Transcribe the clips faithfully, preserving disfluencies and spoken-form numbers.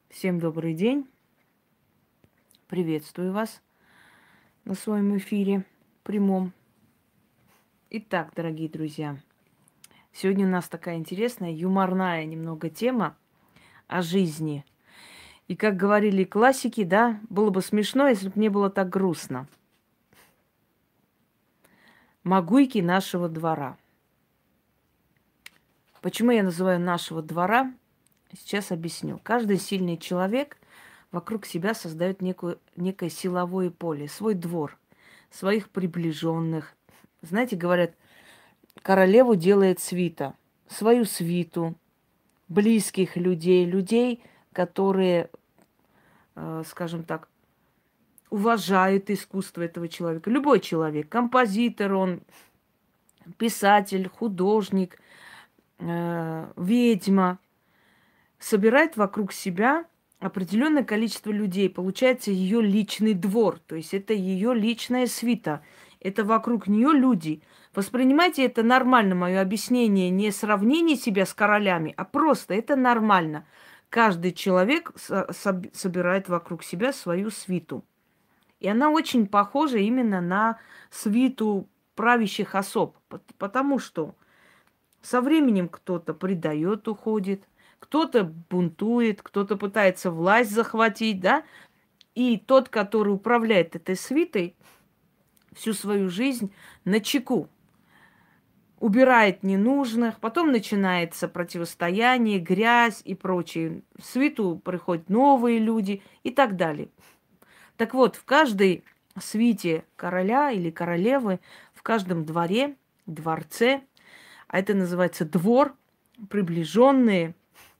Всем добрый день. Приветствую вас на своем эфире прямом. Итак, дорогие друзья, сегодня у нас такая интересная, юморная немного тема о жизни. И как говорили классики, да, было бы смешно, если бы не было так грустно. Могуйки нашего двора. Почему я называю нашего двора? Сейчас объясню. Каждый сильный человек вокруг себя создает некую, некое силовое поле, свой двор, своих приближенных. Знаете, говорят, королеву делает свита, свою свиту, близких людей, людей, которые, э, скажем так, уважают искусство этого человека. Любой человек, композитор он, писатель, художник, э, ведьма, собирает вокруг себя определенное количество людей. Получается ее личный двор, то есть это ее личная свита. Это вокруг нее люди. Воспринимайте это нормально, мое объяснение, не сравнение себя с королями, а просто это нормально. Каждый человек со- соб- собирает вокруг себя свою свиту. И она очень похожа именно на свиту правящих особ. Пот- Потому что со временем кто-то предает, уходит, кто-то бунтует, кто-то пытается власть захватить, да? И тот, который управляет этой свитой всю свою жизнь на чеку, убирает ненужных, потом начинается противостояние, грязь и прочее. В свиту приходят новые люди и так далее. Так вот, в каждой свите короля или королевы, в каждом дворе, дворце, а это называется двор, приближенные,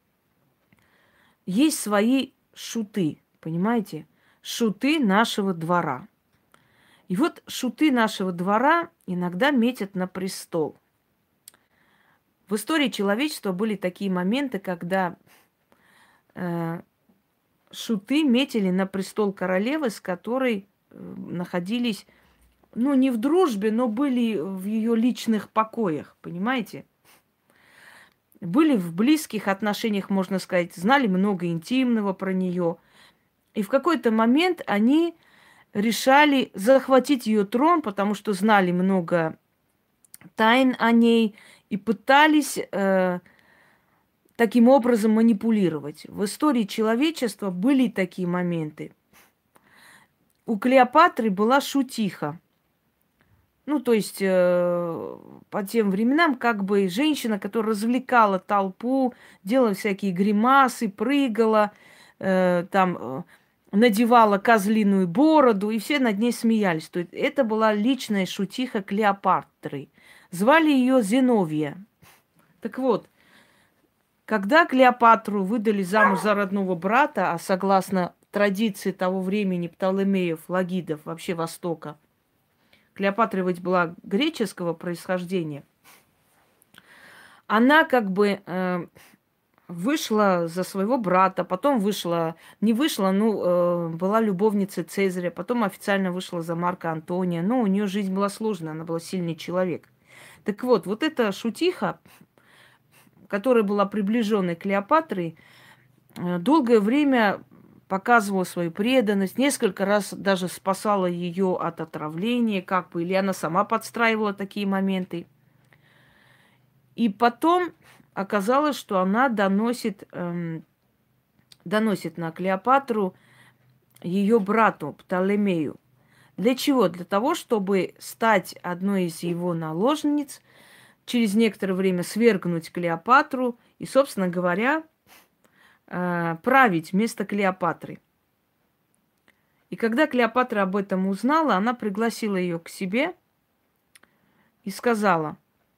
есть свои шуты, понимаете? Шуты нашего двора. И вот шуты нашего двора иногда метят на престол. В истории человечества были такие моменты, когда э, шуты метили на престол королевы, с которой э, находились, ну, не в дружбе, но были в ее личных покоях, понимаете? Были в близких отношениях, можно сказать, знали много интимного про нее. И в какой-то момент они решали захватить ее трон, потому что знали много тайн о ней и пытались э, таким образом манипулировать. В истории человечества были такие моменты. У Клеопатры была шутиха. Ну, то есть э, по тем временам как бы женщина, которая развлекала толпу, делала всякие гримасы, прыгала, э, там э, надевала козлиную бороду, и все над ней смеялись. То есть это была личная шутиха Клеопатры. Звали ее Зиновия. Так вот, когда Клеопатру выдали замуж за родного брата, а согласно традиции того времени Птолемеев, Лагидов, вообще Востока, Клеопатра ведь была греческого происхождения. Она как бы э, вышла за своего брата, потом вышла, не вышла, ну, э, была любовницей Цезаря, потом официально вышла за Марка Антония. Ну, у нее жизнь была сложная, она была сильный человек. Так вот, вот эта шутиха, которая была приближенной Клеопатрой, э, долгое время показывала свою преданность, несколько раз даже спасала ее от отравления, как бы, или она сама подстраивала такие моменты. И потом оказалось, что она доносит, эм, доносит на Клеопатру ее брату Птолемею. Для чего? Для того, чтобы стать одной из его наложниц, через некоторое время свергнуть Клеопатру и, собственно говоря, э, править вместо Клеопатры. И когда Клеопатра об этом узнала, она пригласила ее к себе и сказала: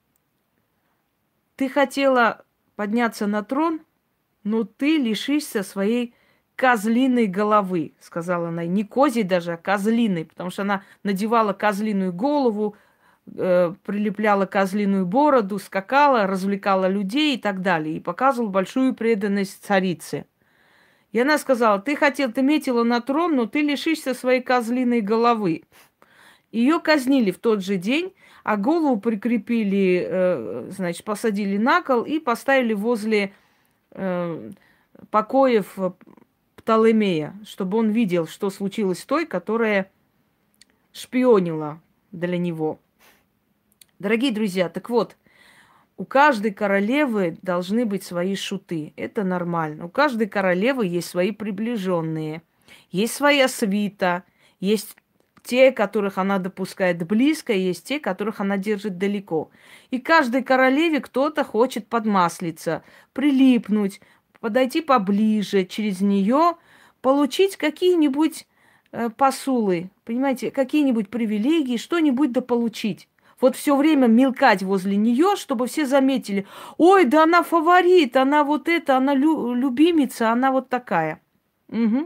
ты хотела подняться на трон, но ты лишишься своей козлиной головы, сказала она. Не козьей даже, а козлиной, потому что она надевала козлиную голову, э, прилепляла козлиную бороду, скакала, развлекала людей и так далее. И показывала большую преданность царице. И она сказала: ты хотел, ты метила на трон, но ты лишишься своей козлиной головы. Ее казнили в тот же день, а голову прикрепили, э, значит, посадили на кол и поставили возле э, покоев Птолемея, чтобы он видел, что случилось с той, которая шпионила для него. Дорогие друзья, так вот, у каждой королевы должны быть свои шуты. Это нормально. У каждой королевы есть свои приближенные, есть своя свита, есть те, которых она допускает близко, есть те, которых она держит далеко. И каждой королеве кто-то хочет подмаслиться, прилипнуть, подойти поближе, через нее получить какие-нибудь э, посулы, понимаете, какие-нибудь привилегии, что-нибудь дополучить. Вот все время мелкать возле нее, чтобы все заметили: ой, да она фаворит, она вот это, она лю- любимица, она вот такая. Угу.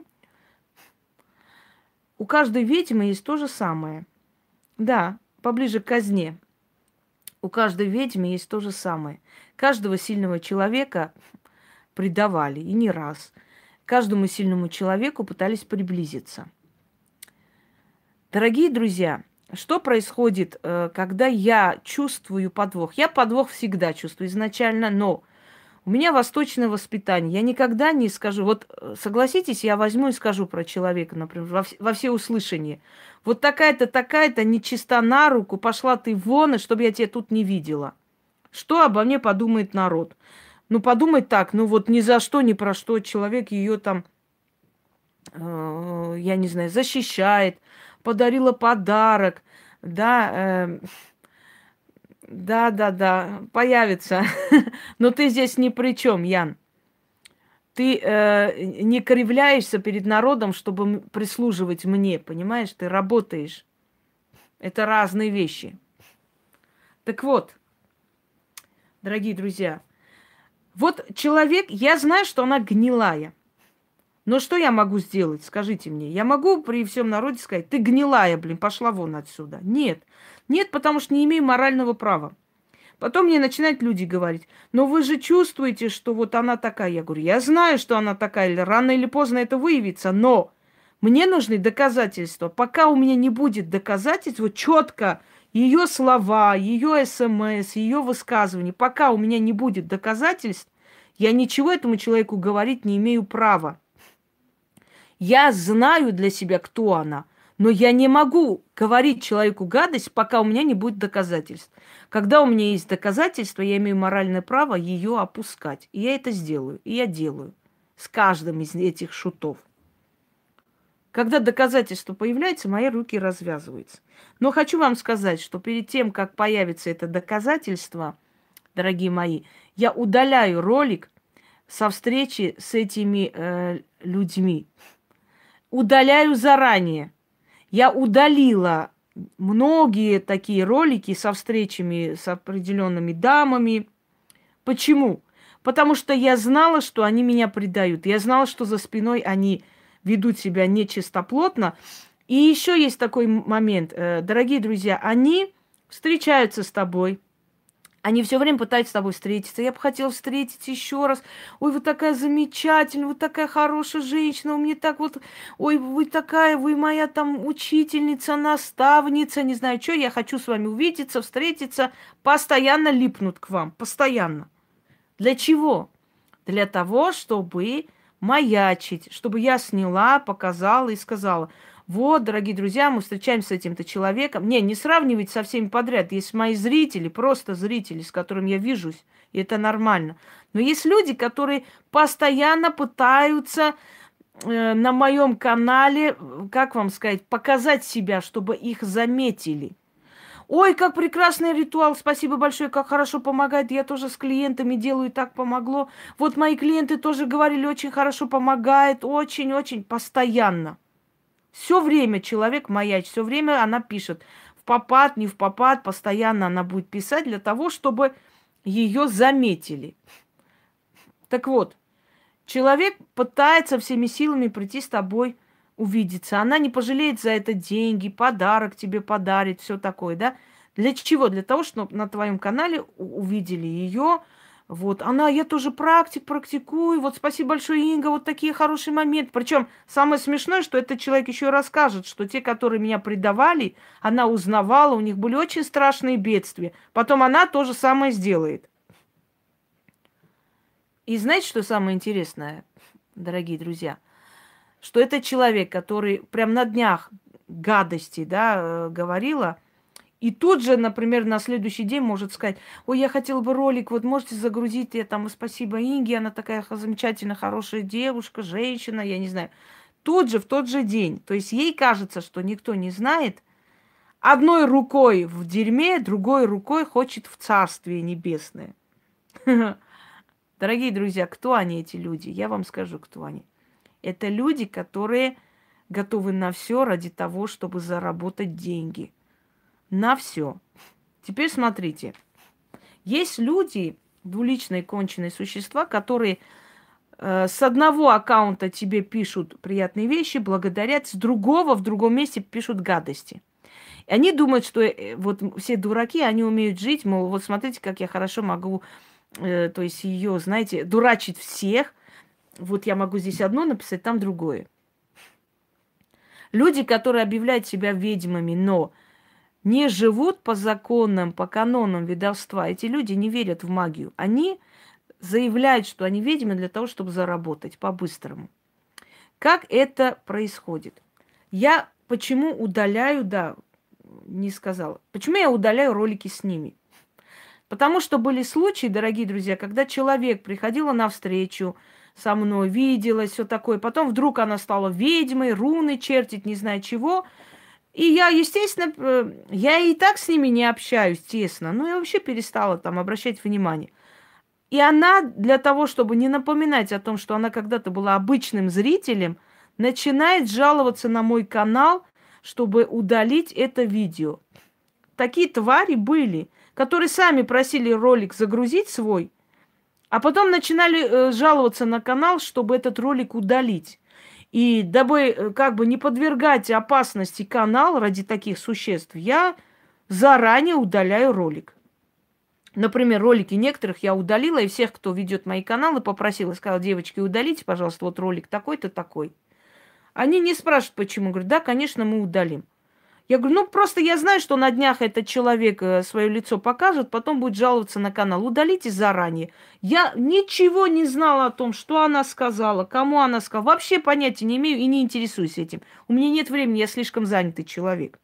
У каждой ведьмы есть то же самое. Да, поближе к казне. У каждой ведьмы есть то же самое. Каждого сильного человека предавали, и не раз. Каждому сильному человеку пытались приблизиться. Дорогие друзья, что происходит, э, когда я чувствую подвох? Я подвох всегда чувствую изначально, но у меня восточное воспитание. Я никогда не скажу, вот э, согласитесь, я возьму и скажу про человека, например, во, вс- во всеуслышание. Вот такая-то, такая-то нечиста на руку, пошла ты вон, и чтобы я тебя тут не видела. Что обо мне подумает народ? Ну, подумать так, ну вот ни за что, ни про что человек ее там, э, я не знаю, защищает, подарила подарок, да, э, да, да, да, появится. Но ты здесь ни при чем, Ян. Ты э, не кривляешься перед народом, чтобы м- прислуживать мне, понимаешь? Ты работаешь. Это разные вещи. Так вот, дорогие друзья, вот человек, я знаю, что она гнилая. Но что я могу сделать, скажите мне? Я могу при всем народе сказать: ты гнилая, блин, пошла вон отсюда. Нет. Нет, потому что не имею морального права. Потом мне начинают люди говорить: но вы же чувствуете, что вот она такая. Я говорю: я знаю, что она такая, или рано или поздно это выявится, но мне нужны доказательства. Пока у меня не будет доказательств, вот четко ее слова, ее смс, ее высказывания, пока у меня не будет доказательств, я ничего этому человеку говорить не имею права. Я знаю для себя, кто она, но я не могу говорить человеку гадость, пока у меня не будет доказательств. Когда у меня есть доказательства, я имею моральное право ее опускать. И я это сделаю. И я делаю. С каждым из этих шутов. Когда доказательства появляются, мои руки развязываются. Но хочу вам сказать, что перед тем, как появится это доказательство, дорогие мои, я удаляю ролик со встречи с этими э, людьми. Удаляю заранее. Я удалила многие такие ролики со встречами с определенными дамами. Почему? Потому что я знала, что они меня предают. Я знала, что за спиной они ведут себя нечистоплотно. И еще есть такой момент. э, Дорогие друзья, они встречаются с тобой. Они все время пытаются с тобой встретиться. Я бы хотела встретиться еще раз. Ой, вы такая замечательная, вы такая хорошая женщина. Вы мне так вот... Ой, вы такая, вы моя там учительница, наставница, не знаю что. Я хочу с вами увидеться, встретиться. Постоянно липнут к вам. Постоянно. Для чего? Для того, чтобы маячить. Чтобы я сняла, показала и сказала: вот, дорогие друзья, мы встречаемся с этим-то человеком. Не, не сравнивать со всеми подряд. Есть мои зрители, просто зрители, с которыми я вижусь, и это нормально. Но есть люди, которые постоянно пытаются э, на моем канале, э, как вам сказать, показать себя, чтобы их заметили. Ой, как прекрасный ритуал, спасибо большое, как хорошо помогает. Я тоже с клиентами делаю, и так помогло. Вот мои клиенты тоже говорили, очень хорошо помогает, очень-очень, постоянно. Все время человек маячит, все время она пишет. В попад, не в попад, постоянно она будет писать для того, чтобы ее заметили. Так вот, человек пытается всеми силами прийти с тобой увидеться. Она не пожалеет за это деньги, подарок тебе подарит, все такое, да? Для чего? Для того, чтобы на твоем канале у- увидели ее. Вот, она, я тоже практик, практикую. Вот, спасибо большое, Инга, вот такие хорошие моменты. Причем самое смешное, что этот человек еще расскажет, что те, которые меня предавали, она узнавала, у них были очень страшные бедствия. Потом она то же самое сделает. И знаете, что самое интересное, дорогие друзья? что это человек, который прям на днях гадости, да, э, говорила, и тут же, например, на следующий день может сказать: ой, я хотела бы ролик, вот можете загрузить, я там, спасибо Инге, она такая х- замечательно хорошая девушка, женщина, я не знаю. Тут же, в тот же день. То есть ей кажется, что никто не знает. Одной рукой в дерьме, другой рукой хочет в Царствие Небесное. Дорогие друзья, кто они, эти люди? Я вам скажу, кто они. Это люди, которые готовы на все ради того, чтобы заработать деньги. На все. Теперь смотрите. Есть люди, двуличные конченые существа, которые э, с одного аккаунта тебе пишут приятные вещи, благодарят, с другого в другом месте пишут гадости. И они думают, что э, вот все дураки, они умеют жить, мол, вот смотрите, как я хорошо могу, э, то есть ее, знаете, дурачить всех. Вот я могу здесь одно написать, там другое. Люди, которые объявляют себя ведьмами, но не живут по законам, по канонам ведовства, эти люди не верят в магию. Они заявляют, что они ведьмы для того, чтобы заработать по-быстрому. Как это происходит? Я почему удаляю, да, не сказала. Почему я удаляю ролики с ними? Потому что были случаи, дорогие друзья, когда человек приходила на встречу со мной, виделась, все такое. Потом вдруг она стала ведьмой, руны чертить, не знаю чего. И я, естественно, э, я и так с ними не общаюсь, тесно. Ну, я вообще перестала там обращать внимание. И она для того, чтобы не напоминать о том, что она когда-то была обычным зрителем, начинает жаловаться на мой канал, чтобы удалить это видео. Такие твари были, которые сами просили ролик загрузить свой, а потом начинали э, жаловаться на канал, чтобы этот ролик удалить. И дабы э, как бы не подвергать опасности канал ради таких существ, я заранее удаляю ролик. Например, ролики некоторых я удалила, и всех, кто ведет мои каналы, попросила, сказала: девочки, удалите, пожалуйста, вот ролик такой-то, такой. Они не спрашивают, почему. Говорят: да, конечно, мы удалим. Я говорю: ну, просто я знаю, что на днях этот человек свое лицо покажет, потом будет жаловаться на канал. Удалите заранее. Я ничего не знала о том, что она сказала, кому она сказала. Вообще понятия не имею и не интересуюсь этим. У меня нет времени, я слишком занятый человек.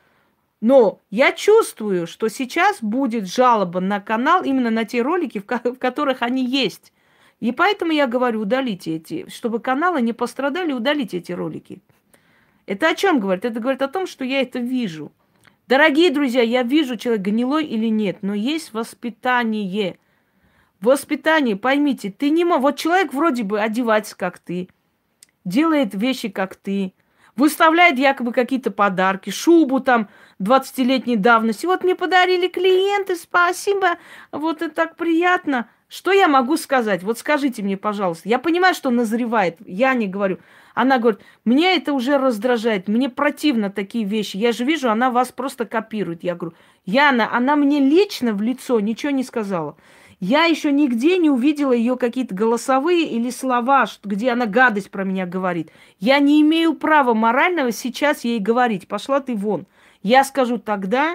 Но я чувствую, что сейчас будет жалоба на канал именно на те ролики, в, ко- в которых они есть. И поэтому я говорю: удалите эти, чтобы каналы не пострадали, удалите эти ролики. Это о чем говорит? Это говорит о том, что я это вижу. Дорогие друзья, я вижу, человек гнилой или нет, но есть воспитание. Воспитание, поймите, ты не можешь... Вот человек вроде бы одевается, как ты, делает вещи, как ты, выставляет якобы какие-то подарки, шубу там двадцатилетней давности. Вот мне подарили клиенты, спасибо, вот это так приятно. Что я могу сказать? Вот скажите мне, пожалуйста. Я понимаю, что назревает, я не говорю. Она говорит: мне это уже раздражает, мне противно такие вещи. Я же вижу, она вас просто копирует. Я говорю: Яна, она мне лично в лицо ничего не сказала. Я еще нигде не увидела ее какие-то голосовые или слова, где она гадость про меня говорит. Я не имею права морального сейчас ей говорить: пошла ты вон. Я скажу тогда,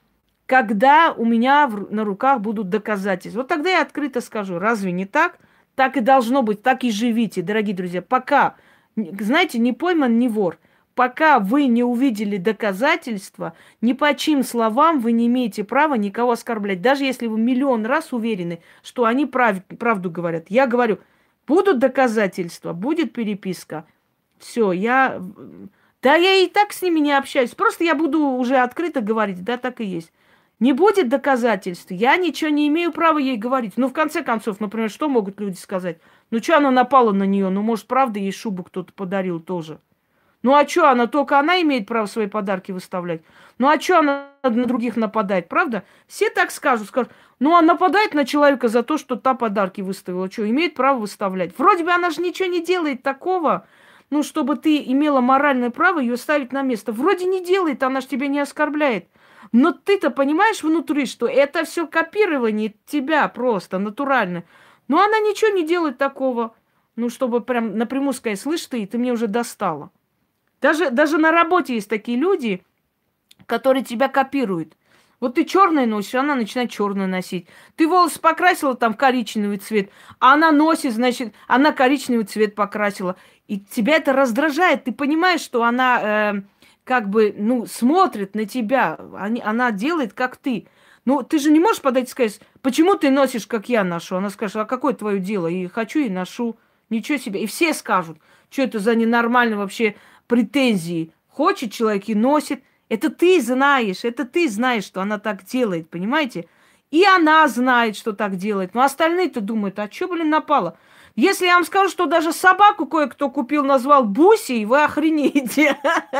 когда у меня в, на руках будут доказательства. Вот тогда я открыто скажу. Разве не так? Так и должно быть, так и живите, дорогие друзья. Пока, знаете, не пойман, не вор. Пока вы не увидели доказательства, ни по чьим словам вы не имеете права никого оскорблять. Даже если вы миллион раз уверены, что они прав, правду говорят. Я говорю: будут доказательства, будет переписка. Все, я... Да я и так с ними не общаюсь. Просто я буду уже открыто говорить. Да, так и есть. Не будет доказательств, я ничего не имею права ей говорить. Ну, в конце концов, например, что могут люди сказать? Ну, что она напала на нее? Ну, может, правда, ей шубу кто-то подарил тоже. Ну, а что, она только она имеет право свои подарки выставлять? Ну, а что она на других нападает, правда? Все так скажут, скажут: ну, она нападает на человека за то, что та подарки выставила. Что, имеет право выставлять? Вроде бы она же ничего не делает такого, ну, чтобы ты имела моральное право ее ставить на место. Вроде не делает, она же тебя не оскорбляет. Но ты-то понимаешь внутри, что это все копирование тебя просто, натурально. Но она ничего не делает такого, ну, чтобы прям напрямую сказать: слышь ты, ты мне уже достала. Даже, даже на работе есть такие люди, которые тебя копируют. Вот ты черное носишь, она начинает черное носить. Ты волосы покрасила там в коричневый цвет, а она носит, значит, она коричневый цвет покрасила. И тебя это раздражает. Ты понимаешь, что она э, как бы, ну, смотрит на тебя. Они, она делает, как ты. Ну, ты же не можешь подойти и сказать, почему ты носишь, как я ношу? Она скажет, а какое твое дело? И хочу, и ношу. Ничего себе. И все скажут, что это за ненормальные вообще претензии. Хочет человек и носит. Это ты знаешь, это ты знаешь, что она так делает, понимаете? И она знает, что так делает. Но остальные-то думают, а что, блин, напало? Если я вам скажу, что даже собаку кое-кто купил, назвал Бусей, вы охренеете.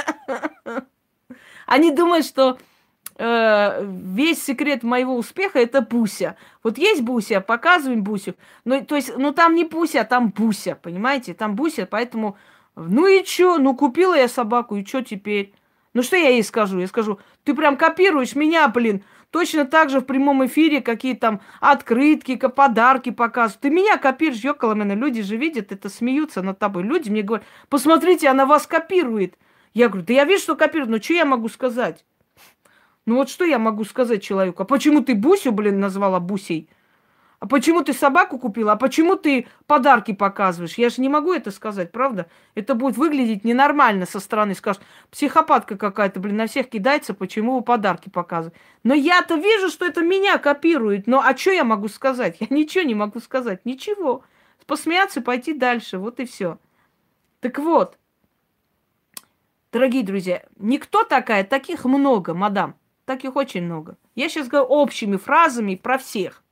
Они думают, что э, весь секрет моего успеха – это Буся. Вот есть Буся, показываем Бусю. Ну, то есть, ну, там не Буся, а там Буся, понимаете? Там Буся, поэтому, ну и чё? Ну, купила я собаку, и чё теперь? Ну, что я ей скажу? Я скажу, ты прям копируешь меня, блин. Точно так же в прямом эфире какие там открытки, подарки показывают. Ты меня копируешь, ёкаламена. Люди же видят это, смеются над тобой. Люди мне говорят, посмотрите, она вас копирует. Я говорю, да я вижу, что копирует, но что я могу сказать? Ну вот что я могу сказать человеку? А почему ты Бусю, блин, назвала Бусей? А почему ты собаку купила? А почему ты подарки показываешь? Я же не могу это сказать, правда? Это будет выглядеть ненормально со стороны. Скажешь, психопатка какая-то, блин, на всех кидается, почему вы подарки показываете? Но я-то вижу, что это меня копирует. Но а что я могу сказать? Я ничего не могу сказать. Ничего. Посмеяться, пойти дальше. Вот и все. Так вот, дорогие друзья, никто такая, таких много, мадам. Таких очень много. Я сейчас говорю общими фразами про всех.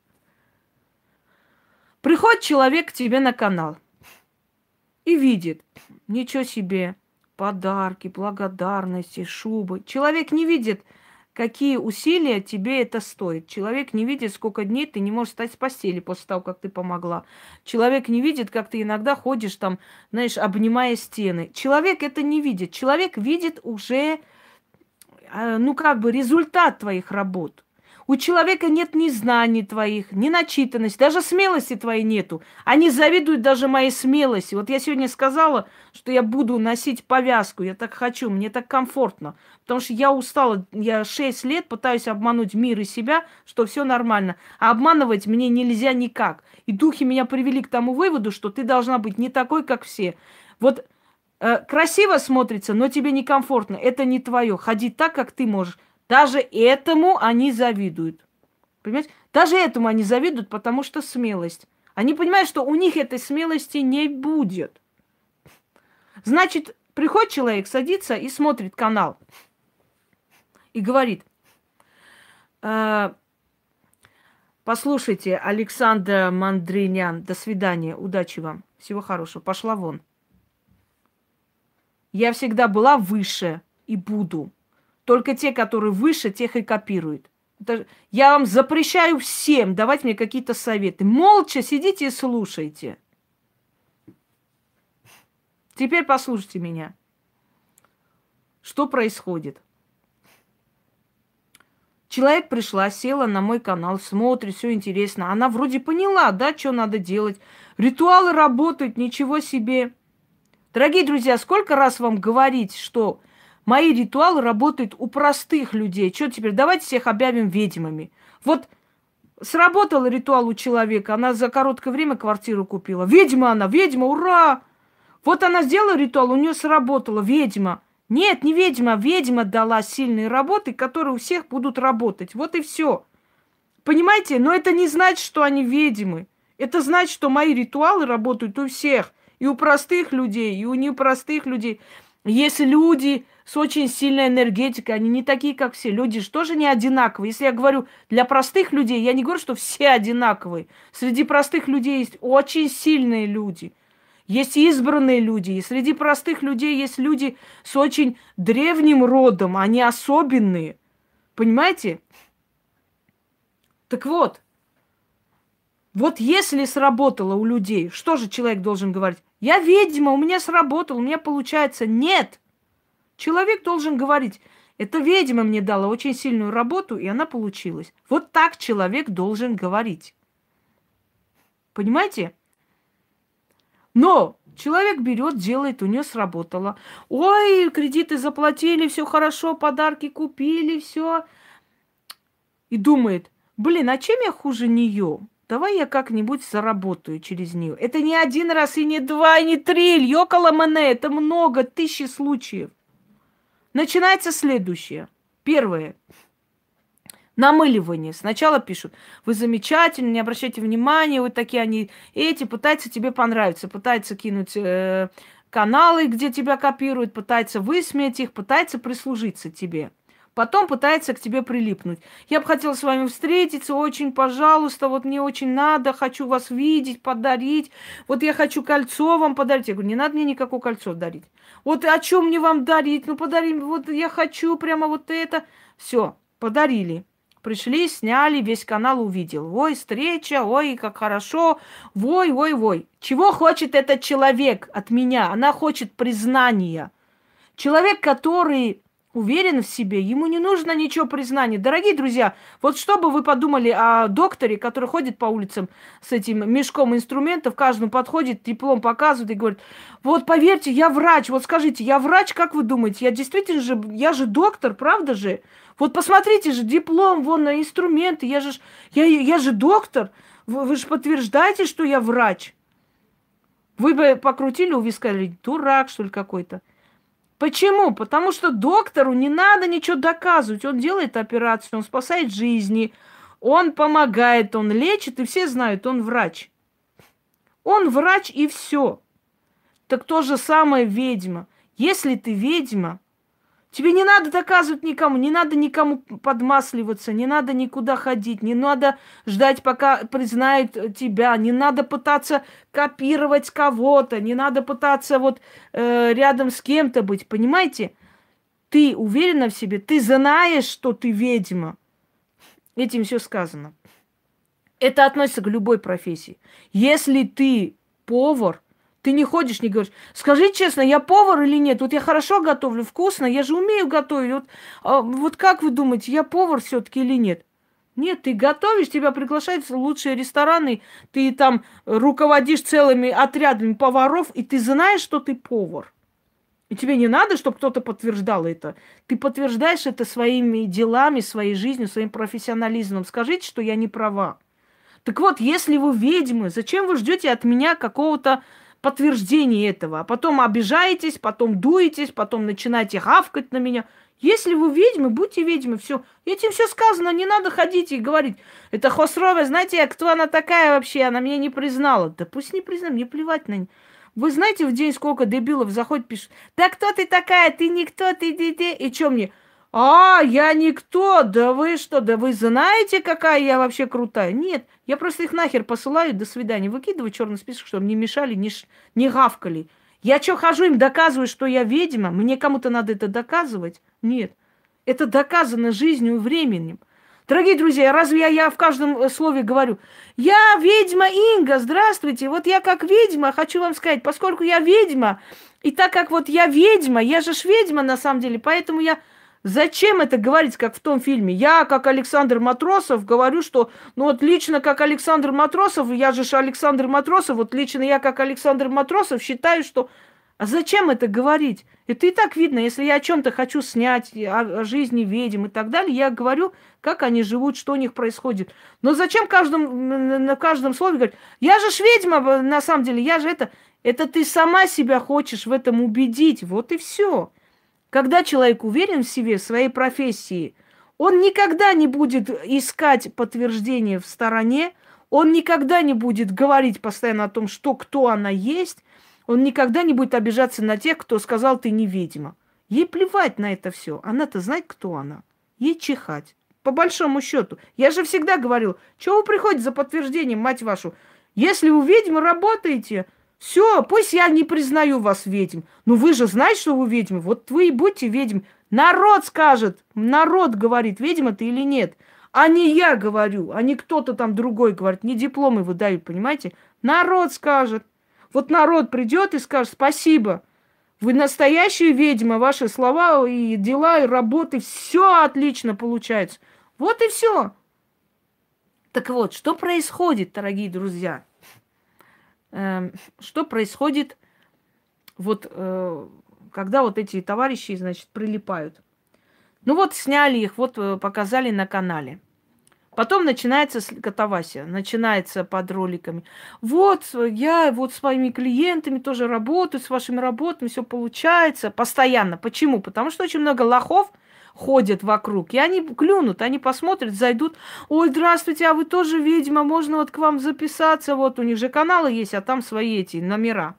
Приходит человек к тебе на канал и видит, ничего себе, подарки, благодарности, шубы. Человек не видит, какие усилия тебе это стоит. Человек не видит, сколько дней ты не можешь встать с постели после того, как ты помогла. Человек не видит, как ты иногда ходишь там, знаешь, обнимая стены. Человек это не видит. Человек видит уже, ну как бы, результат твоих работ. У человека нет ни знаний твоих, ни начитанности, даже смелости твоей нету. Они завидуют даже моей смелости. Вот я сегодня сказала, что я буду носить повязку. Я так хочу, мне так комфортно. Потому что я устала, я шесть лет пытаюсь обмануть мир и себя, что все нормально. А обманывать мне нельзя никак. И духи меня привели к тому выводу, что ты должна быть не такой, как все. Вот э, красиво смотрится, но тебе некомфортно. Это не твое. Ходи так, как ты можешь. Даже этому они завидуют. Понимаете? Даже этому они завидуют, потому что смелость. Они понимают, что у них этой смелости не будет. Значит, приходит человек, садится и смотрит канал. И говорит, э, послушайте, Александр Мандринян, до свидания, удачи вам, всего хорошего, пошла вон. Я всегда была выше и буду. Только те, которые выше, тех и копируют. Это... Я вам запрещаю всем давать мне какие-то советы. Молча сидите и слушайте. Теперь послушайте меня. Что происходит? Человек пришла, села на мой канал, смотрит, все интересно. Она вроде поняла, да, что надо делать. Ритуалы работают, ничего себе. Дорогие друзья, сколько раз вам говорить, что... Мои ритуалы работают у простых людей. Что теперь? Давайте всех объявим ведьмами. Вот сработал ритуал у человека, она за короткое время квартиру купила. Ведьма она, ведьма, ура! Вот она сделала ритуал, у нее сработало, ведьма. Нет, не ведьма, ведьма дала сильные работы, которые у всех будут работать. Вот и все. Понимаете? Но это не значит, что они ведьмы. Это значит, что мои ритуалы работают у всех. И у простых людей, и у непростых людей. Если люди с очень сильной энергетикой, они не такие, как все. Люди же тоже не одинаковые. Если я говорю для простых людей, я не говорю, что все одинаковые. Среди простых людей есть очень сильные люди. Есть избранные люди. И среди простых людей есть люди с очень древним родом. Они особенные. Понимаете? Так вот. Вот если сработало у людей, что же человек должен говорить? Я ведьма, у меня сработало, у меня получается. Нет. Человек должен говорить, эта ведьма мне дала очень сильную работу, и она получилась. Вот так человек должен говорить. Понимаете? Но человек берет, делает, у нее сработало. Ой, кредиты заплатили, все хорошо, подарки купили, все. и думает, блин, а чем я хуже нее? Давай я как-нибудь заработаю через нее. Это не один раз, и не два, и не три. Йокола Мене, это много, тысячи случаев. Начинается следующее. Первое. Намыливание. Сначала пишут, вы замечательны, не обращайте внимания, вот такие они, эти, пытаются тебе понравиться, пытаются кинуть э, каналы, где тебя копируют, пытаются высмеять их, пытаются прислужиться тебе. Потом пытается к тебе прилипнуть. Я бы хотела с вами встретиться, очень, пожалуйста, вот мне очень надо, хочу вас видеть, подарить. Вот я хочу кольцо вам подарить. Я говорю, не надо мне никакое кольцо дарить. Вот о чем мне вам дарить? Ну, подари, вот я хочу прямо вот это. Все, подарили. Пришли, сняли, весь канал увидел. Ой, встреча, ой, как хорошо. Ой, ой, ой. Чего хочет этот человек от меня? Она хочет признания. Человек, который уверен в себе, ему не нужно ничего признания. Дорогие друзья, вот что бы вы подумали о докторе, который ходит по улицам с этим мешком инструментов, каждому подходит, диплом показывает и говорит, вот поверьте, я врач, вот скажите, я врач, как вы думаете? Я действительно же, я же доктор, правда же? Вот посмотрите же, диплом, вон на инструменты, я же, я, я же доктор, вы, вы же подтверждаете, что я врач. Вы бы покрутили у виска, дурак, что ли, какой-то. Почему? Потому что доктору не надо ничего доказывать. Он делает операцию, он спасает жизни, он помогает, он лечит, и все знают, он врач. Он врач, и все. Так то же самое ведьма. Если ты ведьма, тебе не надо доказывать никому, не надо никому подмасливаться, не надо никуда ходить, не надо ждать, пока признают тебя, не надо пытаться копировать кого-то, не надо пытаться вот э, рядом с кем-то быть, понимаете? Ты уверена в себе, ты знаешь, что ты ведьма. Этим все сказано. Это относится к любой профессии. Если ты повар, ты не ходишь, не говоришь, скажи честно, я повар или нет? Вот я хорошо готовлю, вкусно, я же умею готовить. Вот, а, вот как вы думаете, я повар все-таки или нет? Нет, ты готовишь, тебя приглашают в лучшие рестораны, ты там руководишь целыми отрядами поваров, и ты знаешь, что ты повар. И тебе не надо, чтобы кто-то подтверждал это. Ты подтверждаешь это своими делами, своей жизнью, своим профессионализмом. Скажите, что я не права. Так вот, если вы ведьмы, зачем вы ждете от меня какого-то подтверждение этого, а потом обижаетесь, потом дуетесь, потом начинаете гавкать на меня. Если вы ведьмы, будьте ведьмы, все. Этим все сказано, не надо ходить и говорить. Это Хосрова, знаете, кто она такая вообще, она меня не признала. Да пусть не признает, мне плевать на нее. Вы знаете, в день сколько дебилов заходит, пишут, да кто ты такая, ты никто, ты, ты, ты. И что мне? А, я никто, да вы что, да вы знаете, какая я вообще крутая? Нет, я просто их нахер посылаю, до свидания. Выкидываю черный список, чтобы не мешали, не, ш... не гавкали. Я что, хожу им доказываю, что я ведьма? Мне кому-то надо это доказывать? Нет, это доказано жизнью и временем. Дорогие друзья, разве я, я в каждом слове говорю, я ведьма Инга, здравствуйте, вот я как ведьма хочу вам сказать, поскольку я ведьма, и так как вот я ведьма, я же ж ведьма на самом деле, поэтому я... Зачем это говорить, как в том фильме? Я, как Александр Матросов, говорю, что, ну вот лично как Александр Матросов, я же ж Александр Матросов, вот лично я, как Александр Матросов, считаю, что... А зачем это говорить? Это и так видно, если я о чем-то хочу снять, о, о жизни ведьм и так далее, я говорю, как они живут, что у них происходит. Но зачем каждом, на каждом слове говорить, я же ж ведьма, на самом деле, я же это... Это ты сама себя хочешь в этом убедить, вот и все. Когда человек уверен в себе, в своей профессии, он никогда не будет искать подтверждение в стороне, он никогда не будет говорить постоянно о том, что кто она есть, он никогда не будет обижаться на тех, кто сказал, ты не ведьма. Ей плевать на это все. Она-то знает, кто она. Ей чихать. По большому счету. Я же всегда говорил, чего вы приходите за подтверждением, мать вашу? Если вы ведьма, работаете... Все, пусть я не признаю вас ведьм. Но вы же знаете, что вы ведьмы. Вот вы и будьте ведьм. Народ скажет, народ говорит, ведьма ты или нет. А не я говорю, а не кто-то там другой говорит. Не дипломы выдают, понимаете? Народ скажет. Вот народ придет и скажет, спасибо. Вы настоящая ведьма, ваши слова и дела, и работы, все отлично получается. Вот и все. Так вот, что происходит, дорогие друзья? Что происходит, вот, когда вот эти товарищи, значит, прилипают. Ну вот, сняли их, вот, показали на канале. Потом начинается катавасия, начинается под роликами. Вот я вот с своими клиентами тоже работаю, с вашими работами все получается постоянно. Почему? Потому что очень много лохов ходят вокруг, и они клюнут, они посмотрят, зайдут. Ой, здравствуйте, а вы тоже ведьма, можно вот к вам записаться. Вот у них же каналы есть, а там свои эти номера.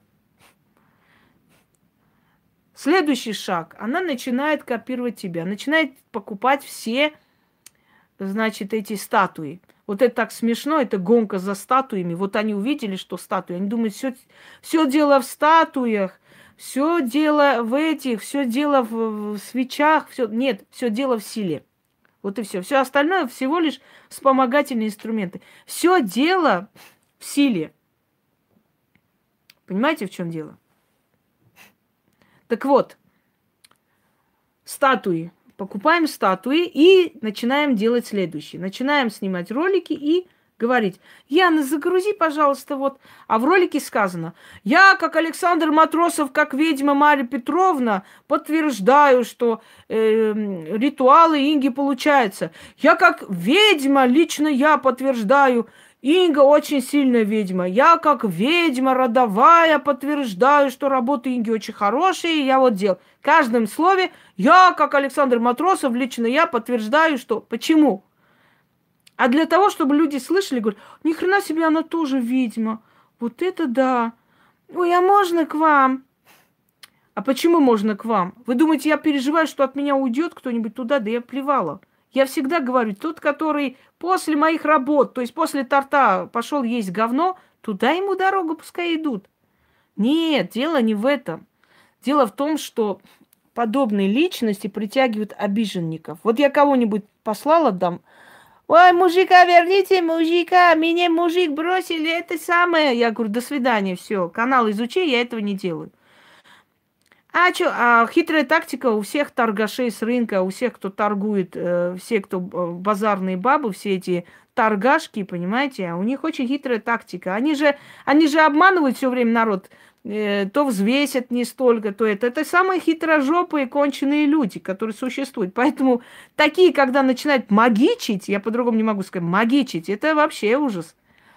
Следующий шаг. Она начинает копировать тебя, начинает покупать все, значит, эти статуи. Вот это так смешно, это гонка за статуями. Вот они увидели, что статуи. Они думают, все, все дело в статуях, все дело в этих, все дело в, в свечах. Все... Нет, все дело в силе. Вот и все. Все остальное всего лишь вспомогательные инструменты. Все дело в силе. Понимаете, в чем дело? Так вот, статуи. Покупаем статуи и начинаем делать следующее. Начинаем снимать ролики и говорить: Яна, загрузи, пожалуйста, вот. А в ролике сказано: я, как Александр Матросов, как ведьма Марья Петровна, подтверждаю, что э, ритуалы Инги получаются. Я, как ведьма, лично я подтверждаю, Инга очень сильная ведьма. Я, как ведьма родовая, подтверждаю, что работы Инги очень хорошие. Я вот делал. В каждом слове я, как Александр Матросов, лично я подтверждаю, что... Почему? А для того, чтобы люди слышали, говорят: ни хрена себе, она тоже ведьма. Вот это да. Ой, а можно к вам? А почему можно к вам? Вы думаете, я переживаю, что от меня уйдет кто-нибудь туда? Да я плевала. Я всегда говорю, тот, который после моих работ, то есть после торта пошел есть говно, туда ему дорогу пускай идут. Нет, дело не в этом. Дело в том, что подобные личности притягивают обиженников. Вот я кого-нибудь послала там: ой, мужика, верните мужика, меня мужик бросили, это самое. Я говорю: до свидания, все, канал изучи, я этого не делаю. А что, а хитрая тактика у всех торгашей с рынка, у всех, кто торгует, э, все, кто э, базарные бабы, все эти торгашки, понимаете, у них очень хитрая тактика. Они же, они же обманывают все время народ, э, то взвесят не столько, то это. Это самые хитрожопые, конченые люди, которые существуют. Поэтому такие, когда начинают магичить, я по-другому не могу сказать, магичить, это вообще ужас.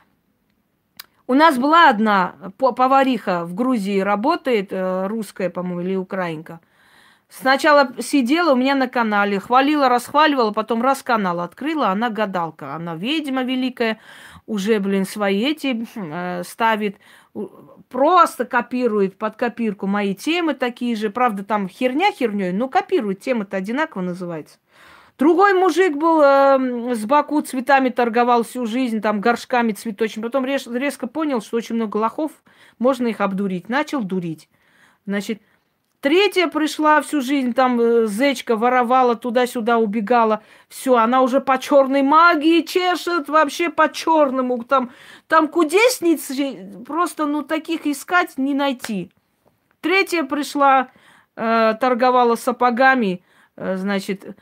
У нас была одна повариха в Грузии, работает, русская, по-моему, или украинка. Сначала сидела у меня на канале, хвалила, расхваливала, потом раз канал открыла, она гадалка, она ведьма великая, уже, блин, свои эти э, ставит, просто копирует под копирку мои темы такие же, правда, там херня херней, но копирует, тема-то одинаково называется. Другой мужик был, э, с Баку цветами торговал всю жизнь, там горшками цветочными. Потом рез, резко понял, что очень много лохов, можно их обдурить. Начал дурить. Значит, третья пришла всю жизнь, там э, зечка воровала, туда-сюда убегала. Все, она уже по черной магии чешет, вообще по черному. Там, там кудесниц просто, ну, таких искать не найти. Третья пришла, э, торговала сапогами, э, значит...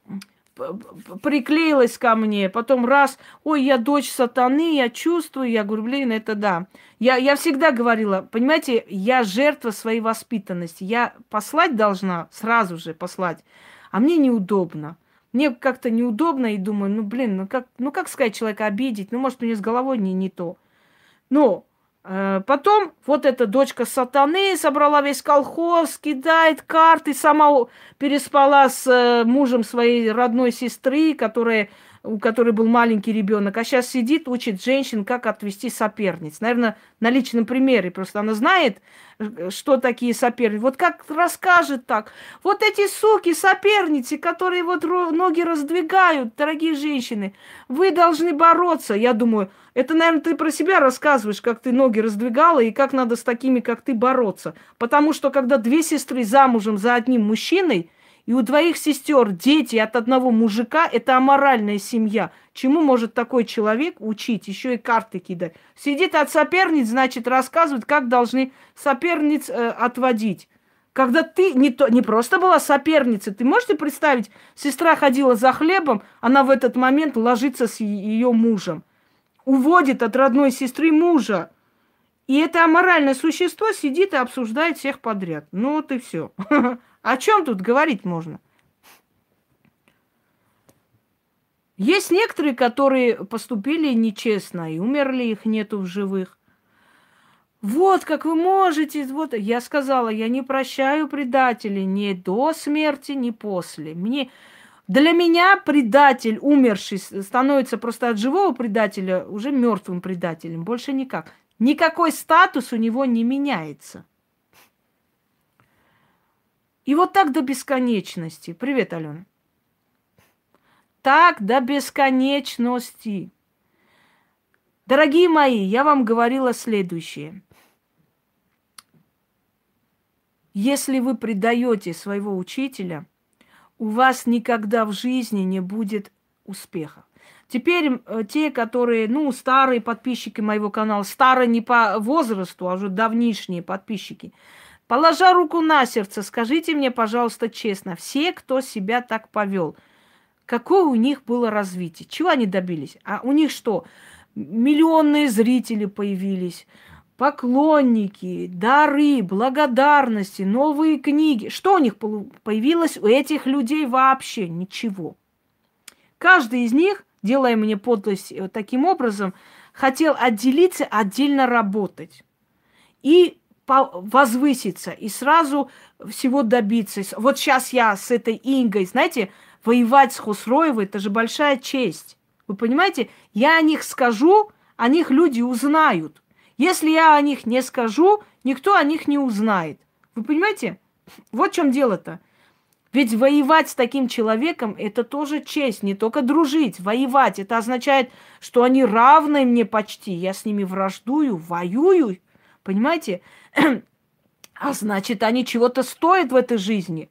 приклеилась ко мне, потом раз: ой, я дочь сатаны, я чувствую, я говорю: блин, это да. Я, я всегда говорила, понимаете, я жертва своей воспитанности, я послать должна, сразу же послать, а мне неудобно. Мне как-то неудобно, и думаю, ну, блин, ну как, ну как сказать человека обидеть, ну, может, у нее с головой не, не то. Но э, потом вот эта дочка сатаны собрала весь колхоз, кидает карты, сама переспала с э, мужем своей родной сестры, которая, у которой был маленький ребенок, а сейчас сидит, учит женщин, как отвести соперниц. Наверное, на личном примере, просто она знает, что такие соперницы. Вот как расскажет так. Вот эти суки, соперницы, которые вот ноги раздвигают, дорогие женщины, вы должны бороться. Я думаю, это, наверное, ты про себя рассказываешь, как ты ноги раздвигала и как надо с такими, как ты, бороться. Потому что когда две сестры замужем за одним мужчиной, и у двоих сестер дети от одного мужика, это аморальная семья. Чему может такой человек учить? Еще и карты кидать. Сидит от соперниц, значит, рассказывает, как должны соперниц э, отводить. Когда ты не, то, не просто была соперницей, ты можете представить, сестра ходила за хлебом, она в этот момент ложится с ее мужем. Уводит от родной сестры мужа. И это аморальное существо сидит и обсуждает всех подряд. Ну вот и все. О чем тут говорить можно? Есть некоторые, которые поступили нечестно, и умерли, их нету в живых. Вот как вы можете, вот я сказала, я не прощаю предателей ни до смерти, ни после. Мне, для меня предатель, умерший, становится просто от живого предателя уже мертвым предателем, больше никак. Никакой статус у него не меняется. И вот так до бесконечности. Привет, Алена. Так до бесконечности. Дорогие мои, я вам говорила следующее. Если вы предаете своего учителя, у вас никогда в жизни не будет успеха. Теперь э, те, которые, ну, старые подписчики моего канала, старые не по возрасту, а уже давнишние подписчики, положа руку на сердце, скажите мне, пожалуйста, честно, все, кто себя так повел, какое у них было развитие? Чего они добились? А у них что? Миллионные зрители появились, поклонники, дары, благодарности, новые книги. Что у них появилось у этих людей вообще? Ничего. Каждый из них, делая мне подлость таким образом, хотел отделиться, отдельно работать. И возвыситься, и сразу всего добиться. Вот сейчас я с этой Ингой, знаете, воевать с Хусроевой, это же большая честь. Вы понимаете? Я о них скажу, о них люди узнают. Если я о них не скажу, никто о них не узнает. Вы понимаете? Вот в чем дело-то. Ведь воевать с таким человеком – это тоже честь, не только дружить. Воевать – это означает, что они равны мне почти. Я с ними враждую, воюю. Понимаете? А значит, они чего-то стоят в этой жизни.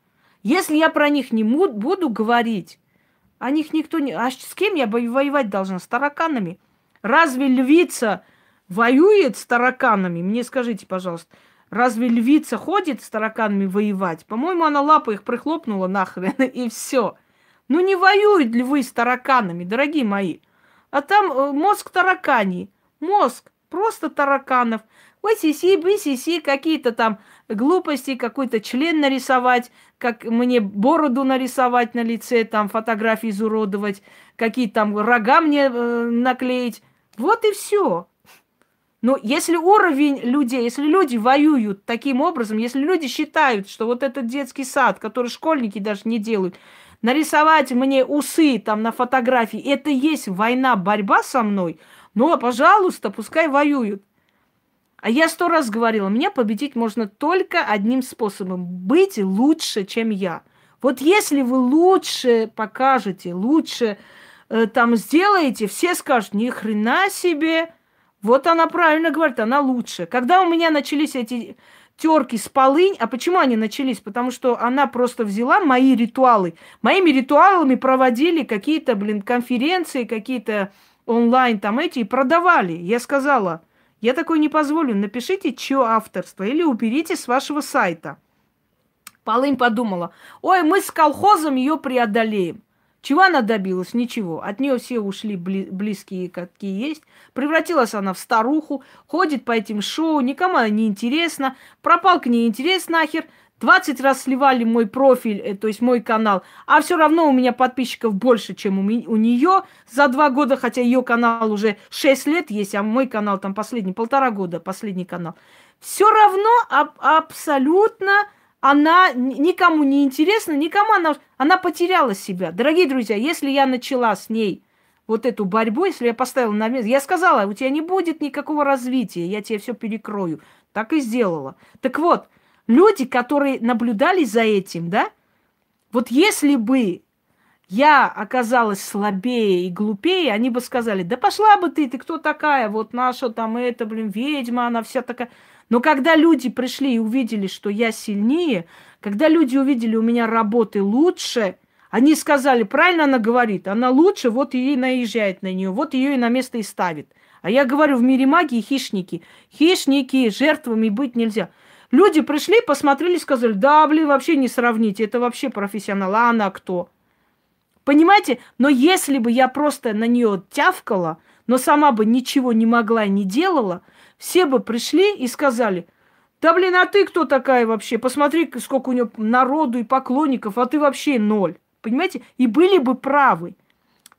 Если я про них не буду говорить, о них никто не... А с кем я воевать должна? С тараканами? Разве львица воюет с тараканами? Мне скажите, пожалуйста, разве львица ходит с тараканами воевать? По-моему, она лапой их прихлопнула нахрен, и все. Ну не воюют львы с тараканами, дорогие мои. А там мозг тараканий. Мозг просто тараканов. Ой-си-си, бы-си-си, какие-то там глупости, какой-то член нарисовать, как мне бороду нарисовать на лице, там фотографии изуродовать, какие-то там рога мне э, наклеить. Вот и все. Но если уровень людей, если люди воюют таким образом, если люди считают, что вот этот детский сад, который школьники даже не делают, нарисовать мне усы там на фотографии, это и есть война, борьба со мной, ну, пожалуйста, пускай воюют. А я сто раз говорила, меня победить можно только одним способом – быть лучше, чем я. Вот если вы лучше покажете, лучше э, там сделаете, все скажут, ни хрена себе. Вот она правильно говорит, она лучше. Когда у меня начались эти терки с полынь, а почему они начались? Потому что она просто взяла мои ритуалы. Моими ритуалами проводили какие-то, блин, конференции, какие-то онлайн там эти, и продавали. Я сказала... Я такой не позволю. Напишите, чье авторство, или уберите с вашего сайта. Полынь подумала, ой, мы с колхозом ее преодолеем. Чего она добилась? Ничего. От нее все ушли близкие, какие есть. Превратилась она в старуху, ходит по этим шоу, никому она не интересна. Пропал к ней интерес нахер. двадцать раз сливали мой профиль, то есть мой канал, а все равно у меня подписчиков больше, чем у, у нее за два года, хотя ее канал уже шесть лет есть, а мой канал там последний, полтора года, последний канал. Все равно аб- абсолютно она никому не интересна, никому она, она потеряла себя. Дорогие друзья, если я начала с ней вот эту борьбу, если я поставила на место, я сказала, у тебя не будет никакого развития, я тебе все перекрою. Так и сделала. Так вот, люди, которые наблюдали за этим, да, вот если бы я оказалась слабее и глупее, они бы сказали, да пошла бы ты, ты кто такая, вот наша там эта, блин, ведьма, она вся такая. Но когда люди пришли и увидели, что я сильнее, когда люди увидели у меня работы лучше, они сказали, правильно она говорит, она лучше, вот ей наезжает на нее, вот ее и на место и ставит. А я говорю, в мире магии хищники. Хищники, жертвами быть нельзя. Люди пришли, посмотрели, сказали, да, блин, вообще не сравните, это вообще профессионал, а она кто? Понимаете? Но если бы я просто на нее тявкала, но сама бы ничего не могла и не делала, все бы пришли и сказали, да, блин, а ты кто такая вообще? Посмотри, сколько у нее народу и поклонников, а ты вообще ноль. Понимаете? И были бы правы.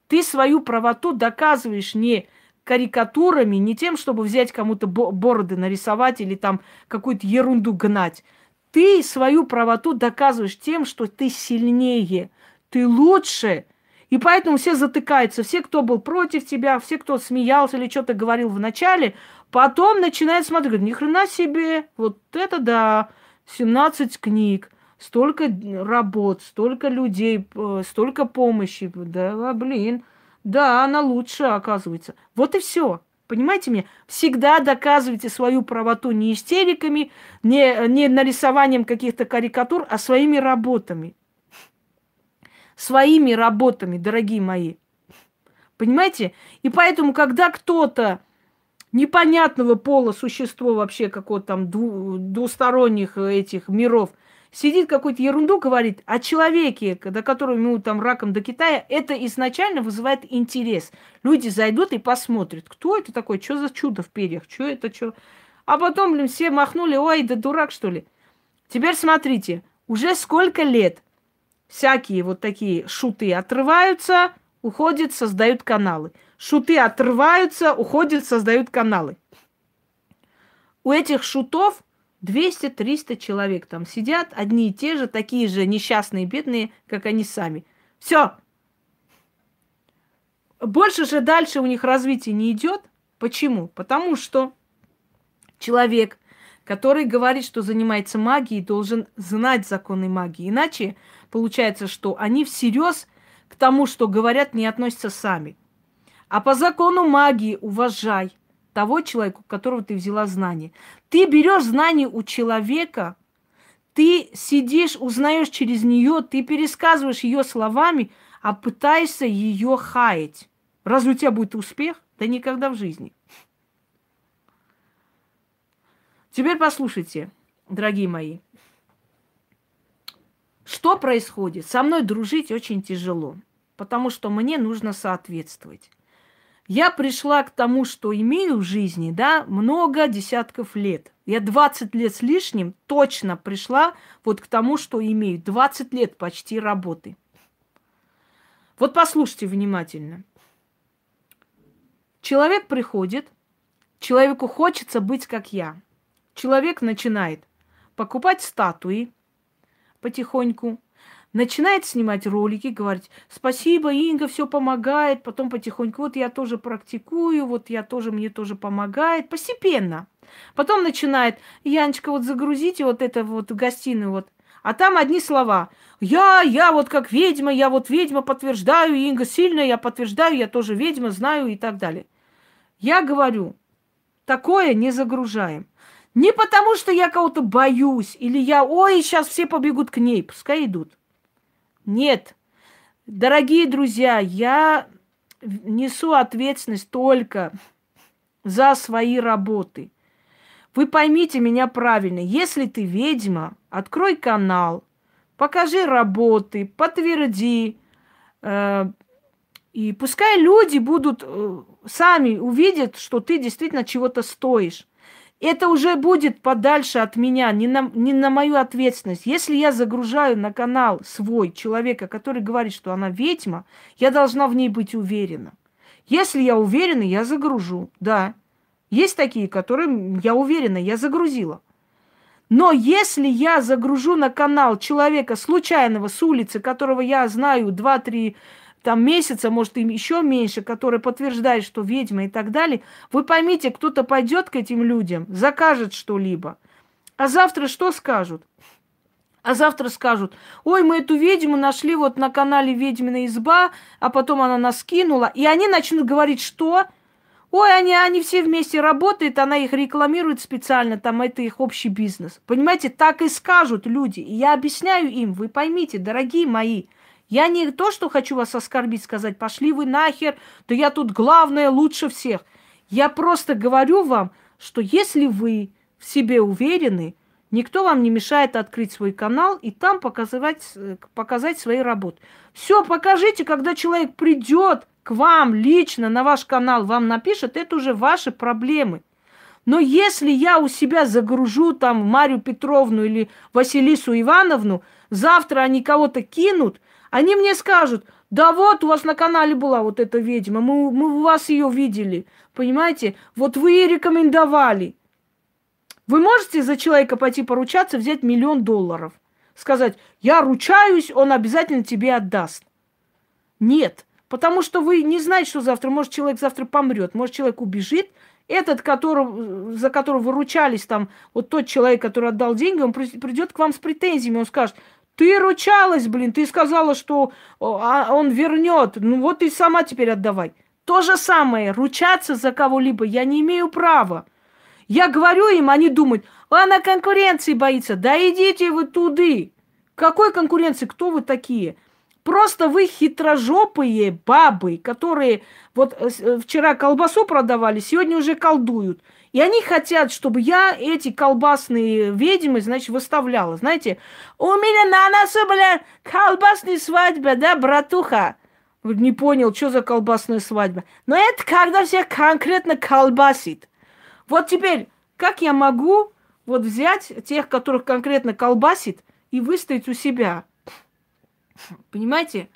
Ты свою правоту доказываешь не карикатурами, не тем, чтобы взять кому-то бороды нарисовать или там какую-то ерунду гнать. Ты свою правоту доказываешь тем, что ты сильнее, ты лучше. И поэтому все затыкаются. Все, кто был против тебя, все, кто смеялся или что-то говорил в начале, потом начинают смотреть, говорят, ни хрена себе, вот это да, семнадцать книг, столько работ, столько людей, столько помощи. Да, блин, да, она лучше, оказывается. Вот и все. Понимаете меня? Всегда доказывайте свою правоту не истериками, не, не нарисованием каких-то карикатур, а своими работами. Своими работами, дорогие мои. Понимаете? И поэтому, когда кто-то непонятного пола существо вообще какого-то там дву- двусторонних этих миров сидит какую-то ерунду говорит о человеке, до которого ему там раком до Китая, это изначально вызывает интерес. Люди зайдут и посмотрят, кто это такой, что за чудо в перьях, что это, что. А потом, блин, все махнули, ой, да дурак, что ли. Теперь смотрите, уже сколько лет всякие вот такие шуты отрываются, уходят, создают каналы. Шуты отрываются, уходят, создают каналы. У этих шутов двести-триста человек там сидят, одни и те же, такие же несчастные, бедные, как они сами. Все. Больше же дальше у них развитие не идет. Почему? Потому что человек, который говорит, что занимается магией, должен знать законы магии. Иначе получается, что они всерьез к тому, что говорят, не относятся сами. А по закону магии уважай того человека, у которого ты взяла знание. Ты берешь знание у человека, ты сидишь, узнаешь через нее, ты пересказываешь ее словами, а пытаешься ее хаять. Разве у тебя будет успех? Да никогда в жизни. Теперь послушайте, дорогие мои. Что происходит? Со мной дружить очень тяжело, потому что мне нужно соответствовать. Я пришла к тому, что имею в жизни, да, много десятков лет. Я двадцать лет с лишним точно пришла вот к тому, что имею. двадцать лет почти работы. Вот послушайте внимательно. Человек приходит, человеку хочется быть как я. Человек начинает покупать статуи потихоньку, начинает снимать ролики, говорить, спасибо, Инга, все помогает, потом потихоньку, вот я тоже практикую, вот я тоже, мне тоже помогает, постепенно. Потом начинает, Яночка, вот загрузите вот это вот в гостиную, вот. А там одни слова. Я, я вот как ведьма, я вот ведьма, подтверждаю, Инга сильная, я подтверждаю, я тоже ведьма, знаю и так далее. Я говорю, такое не загружаем. Не потому, что я кого-то боюсь, или я, ой, сейчас все побегут к ней, пускай идут. Нет, дорогие друзья, я несу ответственность только за свои работы. Вы поймите меня правильно, если ты ведьма, открой канал, покажи работы, подтверди, э, и пускай люди будут, э, сами увидят, что ты действительно чего-то стоишь. Это уже будет подальше от меня, не на, не на мою ответственность. Если я загружаю на канал свой человека, который говорит, что она ведьма, я должна в ней быть уверена. Если я уверена, я загружу, да. Есть такие, которые, я уверена, я загрузила. Но если я загружу на канал человека случайного с улицы, которого я знаю два-три там месяца, может, им еще меньше, который подтверждает, что ведьма и так далее, вы поймите, кто-то пойдет к этим людям, закажет что-либо, а завтра что скажут? А завтра скажут, ой, мы эту ведьму нашли вот на канале «Ведьмина изба», а потом она нас кинула, и они начнут говорить, что? Ой, они, они все вместе работают, она их рекламирует специально, там это их общий бизнес. Понимаете, так и скажут люди. И я объясняю им, вы поймите, дорогие мои, я не то, что хочу вас оскорбить, сказать, пошли вы нахер, да я тут главная, лучше всех. Я просто говорю вам, что если вы в себе уверены, никто вам не мешает открыть свой канал и там показать, показать свои работы. Все, покажите, когда человек придет к вам лично на ваш канал, вам напишет, это уже ваши проблемы. Но если я у себя загружу там Марию Петровну или Василису Ивановну, завтра они кого-то кинут, они мне скажут, Да вот, у вас на канале была вот эта ведьма, мы, мы у вас ее видели, понимаете? Вот вы ей рекомендовали. Вы можете за человека пойти поручаться, взять миллион долларов, сказать, я ручаюсь, он обязательно тебе отдаст. Нет, потому что вы не знаете, что завтра, может, человек завтра помрет, может, человек убежит, этот, который, за которого вы ручались, там, вот тот человек, который отдал деньги, он придет к вам с претензиями, он скажет, ты ручалась, блин, ты сказала, что он вернет, ну вот и сама теперь отдавай. То же самое, ручаться за кого-либо я не имею права. Я говорю им, они думают, она конкуренции боится. Да идите вы туды. Какой конкуренции? Кто вы такие? Просто вы хитрожопые бабы, которые вот вчера колбасу продавали, сегодня уже колдуют. И они хотят, чтобы я эти колбасные ведьмы, значит, выставляла. Знаете, у меня на носу, бля, колбасная свадьба, да, братуха? Не понял, что за колбасная свадьба. Но это когда всех конкретно колбасит. Вот теперь, как я могу вот взять тех, которых конкретно колбасит, и выставить у себя? Понимаете?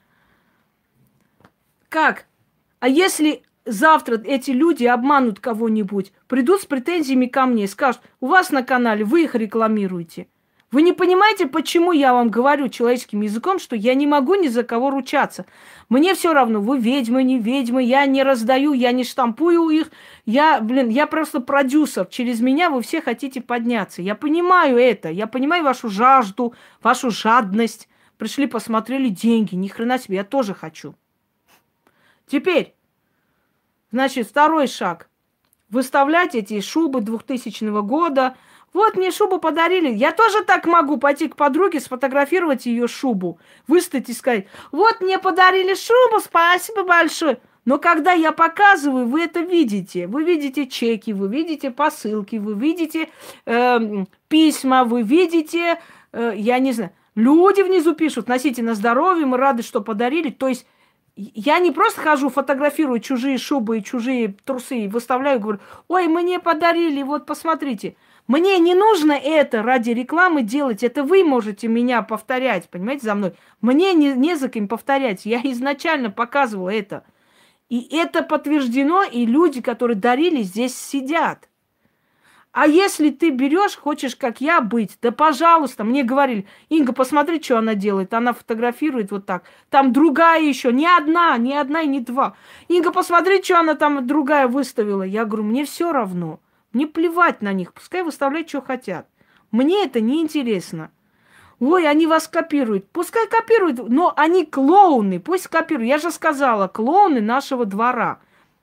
Как? А если завтра эти люди обманут кого-нибудь, придут с претензиями ко мне и скажут, у вас на канале, вы их рекламируете. Вы не понимаете, почему я вам говорю человеческим языком, что я не могу ни за кого ручаться. Мне все равно, вы ведьмы, не ведьмы, я не раздаю, я не штампую их. Я, блин, я просто продюсер. Через меня вы все хотите подняться. Я понимаю это, я понимаю вашу жажду, вашу жадность. Пришли, посмотрели деньги, ни хрена себе, я тоже хочу. Теперь, значит, второй шаг. Выставлять эти шубы двухтысячного года. Вот мне шубу подарили. Я тоже так могу пойти к подруге, сфотографировать ее шубу, выставить и сказать, вот мне подарили шубу, спасибо большое. Но когда я показываю, вы это видите. Вы видите чеки, вы видите посылки, вы видите э, письма, вы видите, э, я не знаю, люди внизу пишут, носите на здоровье, мы рады, что подарили. То есть я не просто хожу, фотографирую чужие шубы и чужие трусы и выставляю, говорю, ой, мне подарили, вот посмотрите. Мне не нужно это ради рекламы делать. Это вы можете меня повторять, понимаете, за мной. Мне не, не за кем повторять. Я изначально показывала это. И это подтверждено, и люди, которые дарили, здесь сидят. А если ты берешь, хочешь, как я, быть, да пожалуйста, мне говорили, Инга, посмотри, что она делает. Она фотографирует вот так. Там другая еще, не одна, не одна и не два. Инга, посмотри, что она там другая выставила. Я говорю, мне все равно. Мне плевать на них, пускай выставляют, что хотят. Мне это не интересно. Ой, они вас копируют. Пускай копируют, но они клоуны, пусть копируют. Я же сказала, клоуны нашего двора.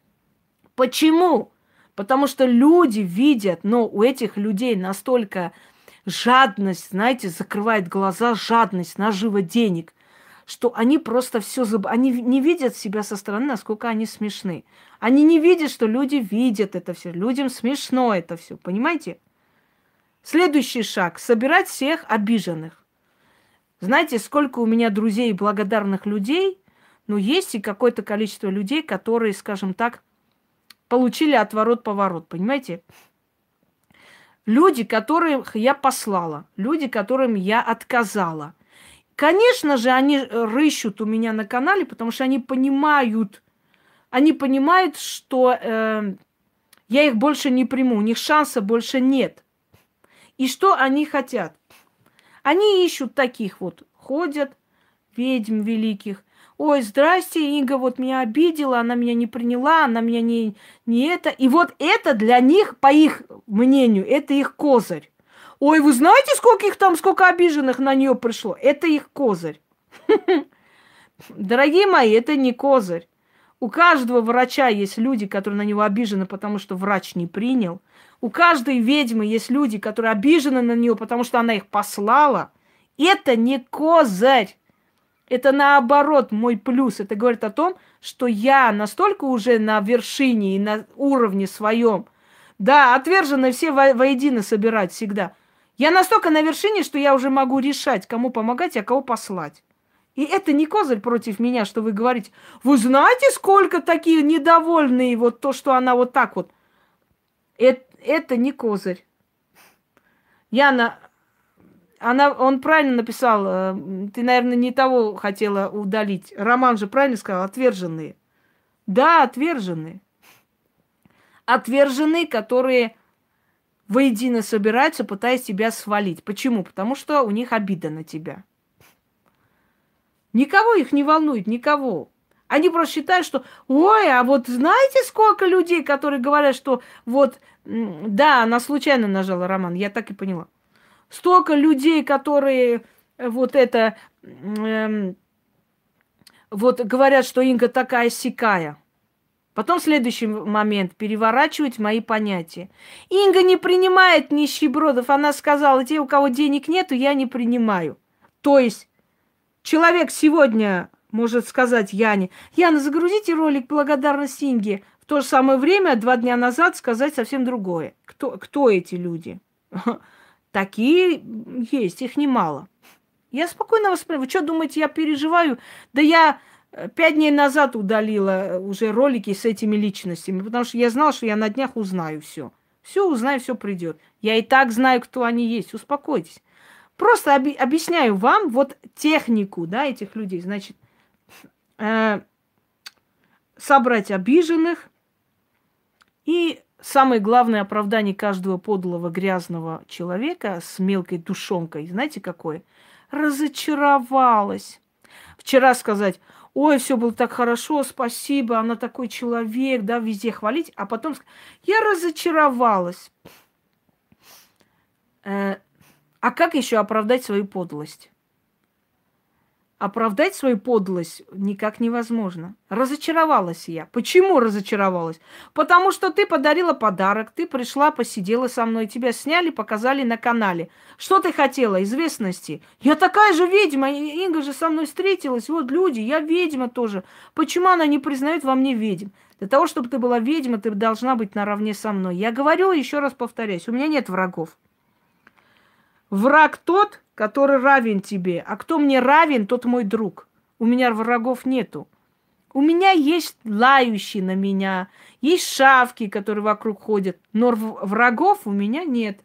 Почему? Потому что люди видят, но у этих людей настолько жадность, знаете, закрывает глаза, жадность, нажива денег, что они просто все заб... Они не видят себя со стороны, насколько они смешны. Они не видят, что люди видят это все. Людям смешно это все, понимаете? Следующий шаг – собирать всех обиженных. Знаете, сколько у меня друзей и благодарных людей, но есть и какое-то количество людей, которые, скажем так, получили отворот-поворот, понимаете? Люди, которых я послала, люди, которым я отказала. Конечно же, они рыщут у меня на канале, потому что они понимают, они понимают, что э, я их больше не приму, у них шанса больше нет. И что они хотят? Они ищут таких вот, ходят, ведьм великих. Ой, здрасте, Инга вот меня обидела, она меня не приняла, она меня не, не это. И вот это для них, по их мнению, это их козырь. Ой, вы знаете, сколько их там, сколько обиженных на нее пришло? Это их козырь. Дорогие мои, это не козырь. У каждого врача есть люди, которые на него обижены, потому что врач не принял. У каждой ведьмы есть люди, которые обижены на нее, потому что она их послала. Это не козырь. Это наоборот мой плюс. Это говорит о том, что я настолько уже на вершине и на уровне своем. Да, отверженные все во- воедино собирать всегда. Я настолько на вершине, что я уже могу решать, кому помогать, а кого послать. И это не козырь против меня, что вы говорите. Вы знаете, сколько такие недовольные, вот то, что она вот так вот. Это, это не козырь. Я на... она, он правильно написал, э, ты, наверное, не того хотела удалить. Роман же правильно сказал, отверженные. Да, отверженные. Отверженные, которые воедино собираются, пытаясь тебя свалить. Почему? Потому что у них обида на тебя. Никого их не волнует, никого. Они просто считают, что, ой, а вот знаете, сколько людей, которые говорят, что вот, да, она случайно нажала, Роман, я так и поняла. Столько людей, которые вот это, эм, вот говорят, что Инга такая сякая. Потом следующий момент, переворачивать мои понятия. Инга не принимает нищебродов. Она сказала, те, у кого денег нету, я не принимаю. То есть человек сегодня может сказать Яне, Яна, загрузите ролик благодарности Инге. В то же самое время, два дня назад, сказать совсем другое. Кто, кто эти люди? Такие есть, их немало. Я спокойно воспринимаю. Вы что думаете, я переживаю? Да я пять дней назад удалила уже ролики с этими личностями, потому что я знала, что я на днях узнаю все. Все узнаю, все придет. Я и так знаю, кто они есть. Успокойтесь. Просто оби- объясняю вам вот технику, да, этих людей. Значит, э- собрать обиженных. И самое главное оправдание каждого подлого, грязного человека с мелкой душонкой, знаете, какое? Разочаровалась. Вчера сказать, ой, все было так хорошо, спасибо, она такой человек, да, везде хвалить, а потом сказать, я разочаровалась. Э, а как еще оправдать свою подлость? Оправдать свою подлость никак невозможно. Разочаровалась я. Почему разочаровалась? Потому что ты подарила подарок, ты пришла, посидела со мной, тебя сняли, показали на канале. Что ты хотела? Известности. Я такая же ведьма, Инга же со мной встретилась. Вот люди, я ведьма тоже. Почему она не признает во мне ведьм? Для того, чтобы ты была ведьма, ты должна быть наравне со мной. Я говорю, еще раз повторяюсь, у меня нет врагов. Враг тот, который равен тебе. А кто мне равен, тот мой друг. У меня врагов нету. У меня есть лающие на меня, есть шавки, которые вокруг ходят, но врагов у меня нет.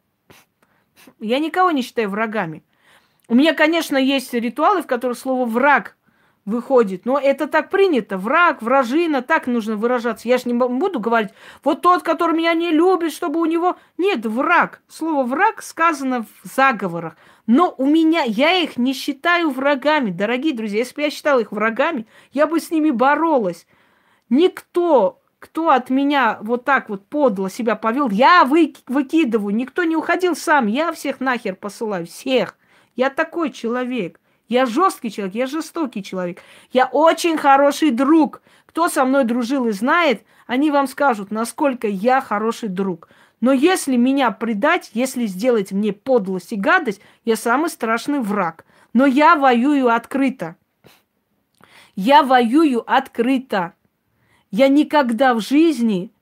Я никого не считаю врагами. У меня, конечно, есть ритуалы, в которых слово «враг» выходит, но это так принято. Враг, вражина, так нужно выражаться. Я же не буду говорить, вот тот, который меня не любит, чтобы у него... Нет, враг. Слово «враг» сказано в заговорах. Но у меня, я их не считаю врагами, дорогие друзья. Если бы я считала их врагами, я бы с ними боролась. Никто, кто от меня вот так вот подло себя повел, я вы, выкидываю. Никто не уходил сам. Я всех нахер посылаю, всех. Я такой человек. Я жесткий человек, я жестокий человек. Я очень хороший друг. Кто со мной дружил и знает, они вам скажут, насколько я хороший друг. Но если меня предать, если сделать мне подлость и гадость, я самый страшный враг. Но я воюю открыто. Я воюю открыто. Я никогда в жизни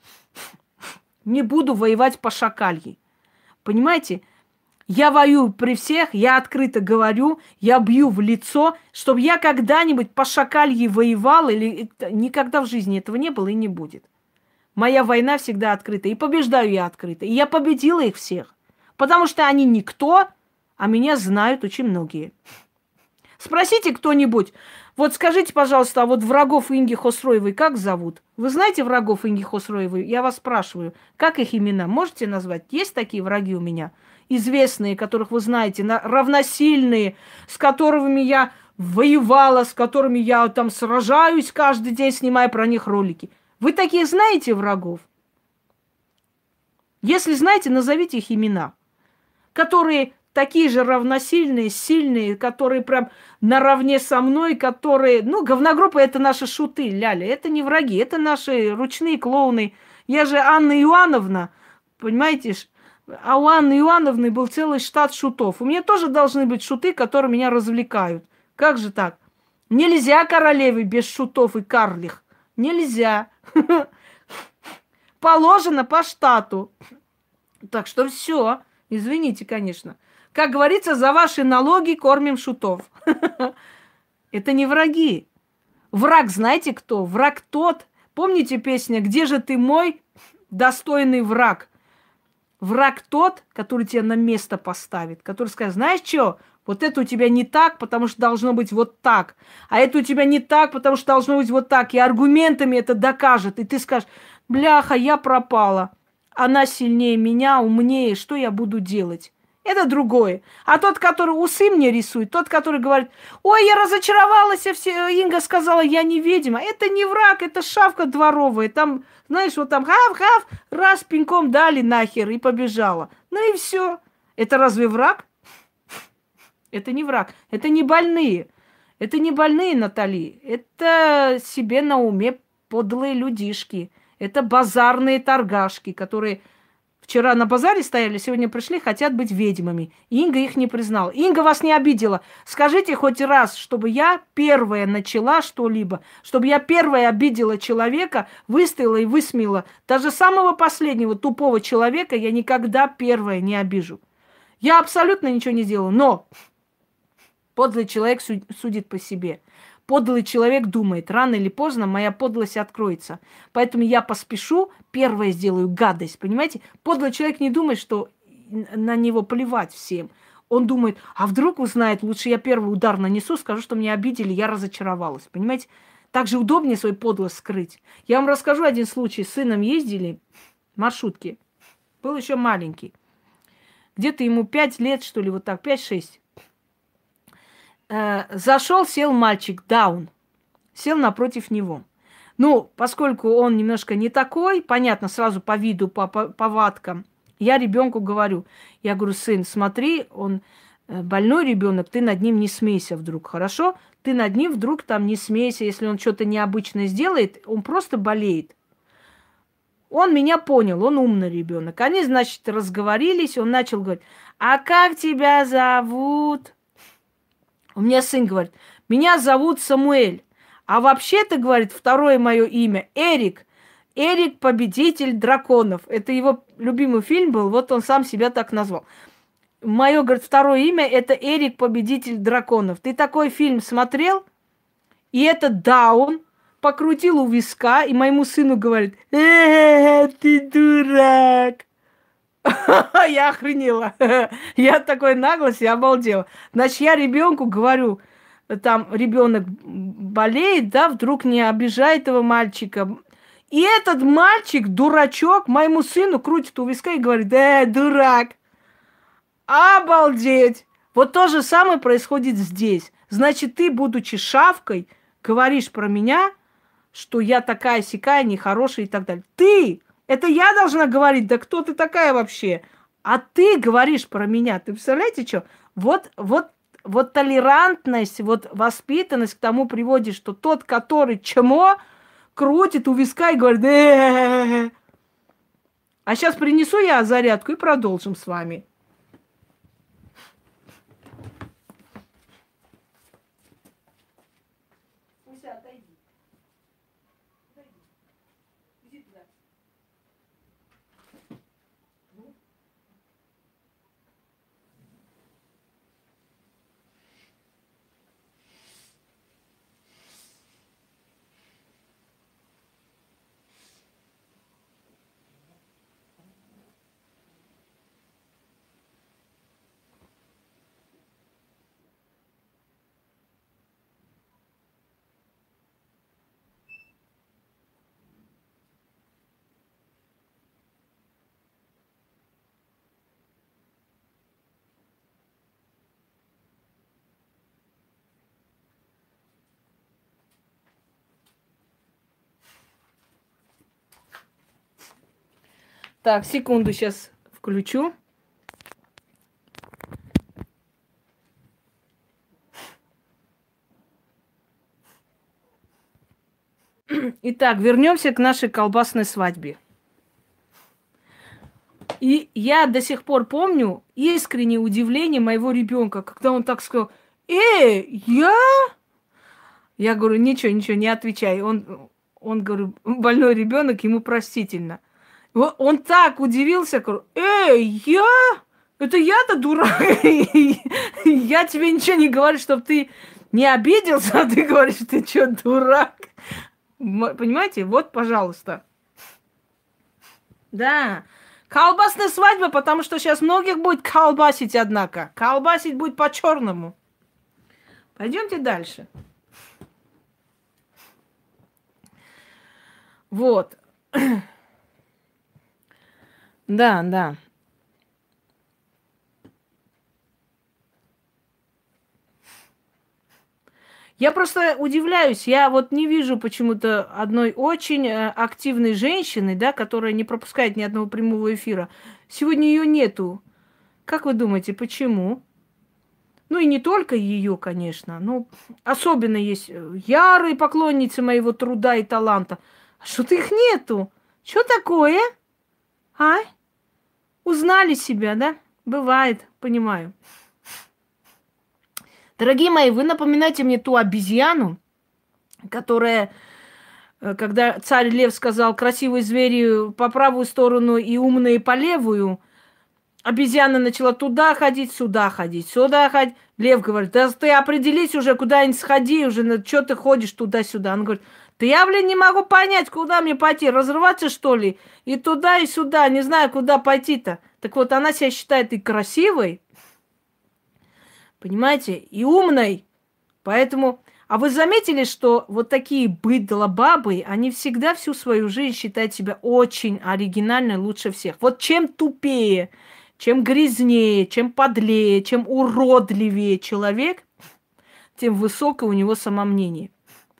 не буду воевать по шакалье. Понимаете? Я воюю при всех, я открыто говорю, я бью в лицо, чтобы я когда-нибудь по шакалье воевал, или никогда в жизни этого не было и не будет. Моя война всегда открыта, и побеждаю я открыто. И я победила их всех, потому что они никто, а меня знают очень многие. Спросите кто-нибудь, вот скажите, пожалуйста, а вот врагов Инги Хосроевой как зовут? Вы знаете врагов Инги Хосроевой? Я вас спрашиваю, как их имена? Можете назвать? Есть такие враги у меня? Известные, которых вы знаете, равносильные, с которыми я воевала, с которыми я там сражаюсь каждый день, снимая про них ролики. Вы такие знаете врагов? Если знаете, назовите их имена, которые такие же равносильные, сильные, которые прям наравне со мной, которые... Ну, говногруппа – это наши шуты, ляля, это не враги, это наши ручные клоуны. Я же Анна Иоанновна, понимаете, а у Анны Иоанновны был целый штат шутов. У меня тоже должны быть шуты, которые меня развлекают. Как же так? Нельзя королеве без шутов и карлих. Нельзя. Положено по штату. Так что все. Извините, конечно. Как говорится, за ваши налоги кормим шутов. Это не враги. Враг знаете кто? Враг тот. Помните песня «Где же ты мой достойный враг»? Враг тот, который тебя на место поставит, который скажет, знаешь что, вот это у тебя не так, потому что должно быть вот так, а это у тебя не так, потому что должно быть вот так, и аргументами это докажет, и ты скажешь, бляха, я пропала, она сильнее меня, умнее, что я буду делать? Это другое. А тот, который усы мне рисует, тот, который говорит, ой, я разочаровалась, а все... Инга сказала, я не ведьма. Это не враг, это шавка дворовая. Там, знаешь, вот там хав-хав, раз пинком дали нахер и побежала. Ну и все. Это разве враг? Это не враг. Это не больные. Это не больные, Натали. Это себе на уме подлые людишки. Это базарные торгашки, которые... Вчера на базаре стояли, сегодня пришли, хотят быть ведьмами. Инга их не признала. Инга вас не обидела. Скажите хоть раз, чтобы я первая начала что-либо, чтобы я первая обидела человека, выстояла и высмеяла. Даже самого последнего тупого человека я никогда первая не обижу. Я абсолютно ничего не сделала, но подлый человек судит по себе. Подлый человек думает, рано или поздно моя подлость откроется. Поэтому я поспешу, первое сделаю гадость, понимаете? Подлый человек не думает, что на него плевать всем. Он думает, а вдруг узнает, лучше я первый удар нанесу, скажу, что меня обидели, я разочаровалась, понимаете? Так же удобнее свою подлость скрыть. Я вам расскажу один случай. С сыном ездили в маршрутке. Был еще маленький. Где-то ему пять лет, что ли, вот так, пять-шесть. Зашел, сел мальчик, даун, сел напротив него. Ну, поскольку он немножко не такой, понятно, сразу по виду, по повадкам, я ребенку говорю, я говорю, сын, смотри, он больной ребенок, ты над ним не смейся вдруг, хорошо? Ты над ним вдруг там не смейся, если он что-то необычное сделает, он просто болеет. Он меня понял, он умный ребенок. Они, значит, разговорились, он начал говорить, а как тебя зовут? У меня сын говорит, меня зовут Самуэль. А вообще-то, говорит, второе мое имя Эрик. Эрик, победитель драконов. Это его любимый фильм был, вот он сам себя так назвал. Мое, говорит, второе имя это Эрик, победитель драконов. Ты такой фильм смотрел? И этот даун покрутил у виска и моему сыну говорит, э, ты дурак. Я охренела. Я такой наглость, я обалдела. Значит, я ребенку говорю, там ребенок болеет, да, вдруг не обижай этого мальчика. И этот мальчик, дурачок, моему сыну крутит у виска и говорит, э, дурак. Обалдеть. Вот то же самое происходит здесь. Значит, ты, будучи шавкой, говоришь про меня, что я такая сякая, нехорошая и так далее. Ты! Это я должна говорить, да кто ты такая вообще? А ты говоришь про меня. Ты представляете, что? Вот, вот, вот толерантность, вот воспитанность к тому приводит, что тот, который чмо, крутит у виска и говорит, э-э-э-э. А сейчас принесу я зарядку и продолжим с вами. Так, секунду, сейчас включу. Итак, вернемся к нашей колбасной свадьбе. И я до сих пор помню искреннее удивление моего ребенка, когда он так сказал, «Э, я?» Я говорю, ничего, ничего, не отвечай. Он, он говорю, больной ребенок, ему простительно. Он так удивился, говорю, «Эй, я? Это я-то дурак? Я тебе ничего не говорю, чтобы ты не обиделся, а ты говоришь, ты что, дурак?» Понимаете? Вот, пожалуйста. Да, Колбасная свадьба, потому что сейчас многих будет колбасить, однако. Колбасить будет по-черному. Пойдемте дальше. Вот. Да, да. Я просто удивляюсь, я вот не вижу почему-то одной очень э, активной женщины, да, которая не пропускает ни одного прямого эфира. Сегодня ее нету. Как вы думаете, почему? Ну и не только ее, конечно, но особенно есть ярые поклонницы моего труда и таланта. А что-то их нету. Что такое? А? Узнали себя, да? Бывает, понимаю. Дорогие мои, вы напоминаете мне ту обезьяну, которая, когда царь Лев сказал красивые звери по правую сторону и умные по левую, обезьяна начала туда ходить, сюда ходить, сюда ходить. Лев говорит, да ты определись уже, куда-нибудь сходи уже, что ты ходишь туда-сюда. Он говорит, да я, блин, не могу понять, куда мне пойти, разрываться, что ли? И туда, и сюда, не знаю, куда пойти-то. Так вот, она себя считает и красивой, понимаете, и умной. Поэтому, а вы заметили, что вот такие быдло-бабы, они всегда всю свою жизнь считают себя очень оригинальной, лучше всех. Вот чем тупее, чем грязнее, чем подлее, чем уродливее человек, тем высокое у него самомнение.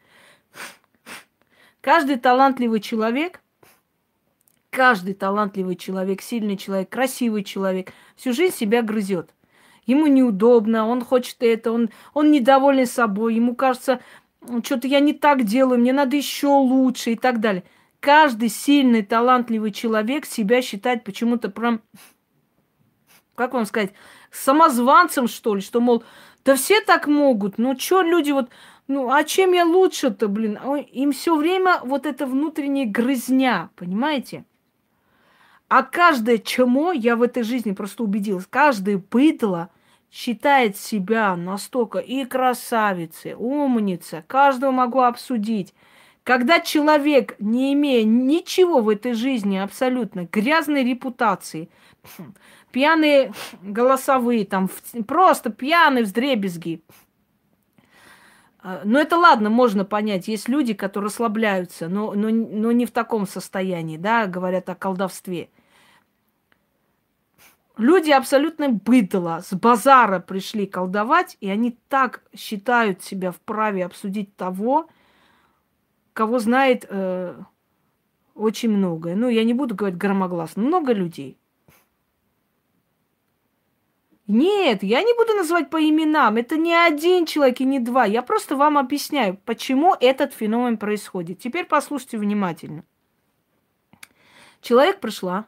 Каждый талантливый человек, каждый талантливый человек, сильный человек, красивый человек всю жизнь себя грызет. Ему неудобно, он хочет это, он, он недоволен собой, ему кажется, что-то я не так делаю, мне надо еще лучше и так далее. Каждый сильный, талантливый человек себя считает почему-то прям, как вам сказать, самозванцем, что ли, что, мол, да все так могут, ну что люди вот, ну а чем я лучше-то, блин? Им все время вот это внутренняя грызня, понимаете? А каждое чмо, я в этой жизни просто убедилась, каждое быдло считает себя настолько и красавицей, умница, каждого могу обсудить. Когда человек, не имея ничего в этой жизни абсолютно, грязной репутации, пьяные голосовые, там, просто пьяные вдребезги. Но это ладно, можно понять. Есть люди, которые расслабляются, но, но, но не в таком состоянии, да, говорят о колдовстве. Люди абсолютно быдло, с базара пришли колдовать, и они так считают себя вправе обсудить того, кого знает э, очень многое. Ну, я не буду говорить громогласно, много людей. Нет, я не буду называть по именам. Это не один человек и не два. Я просто вам объясняю, почему этот феномен происходит. Теперь послушайте внимательно. Человек пришла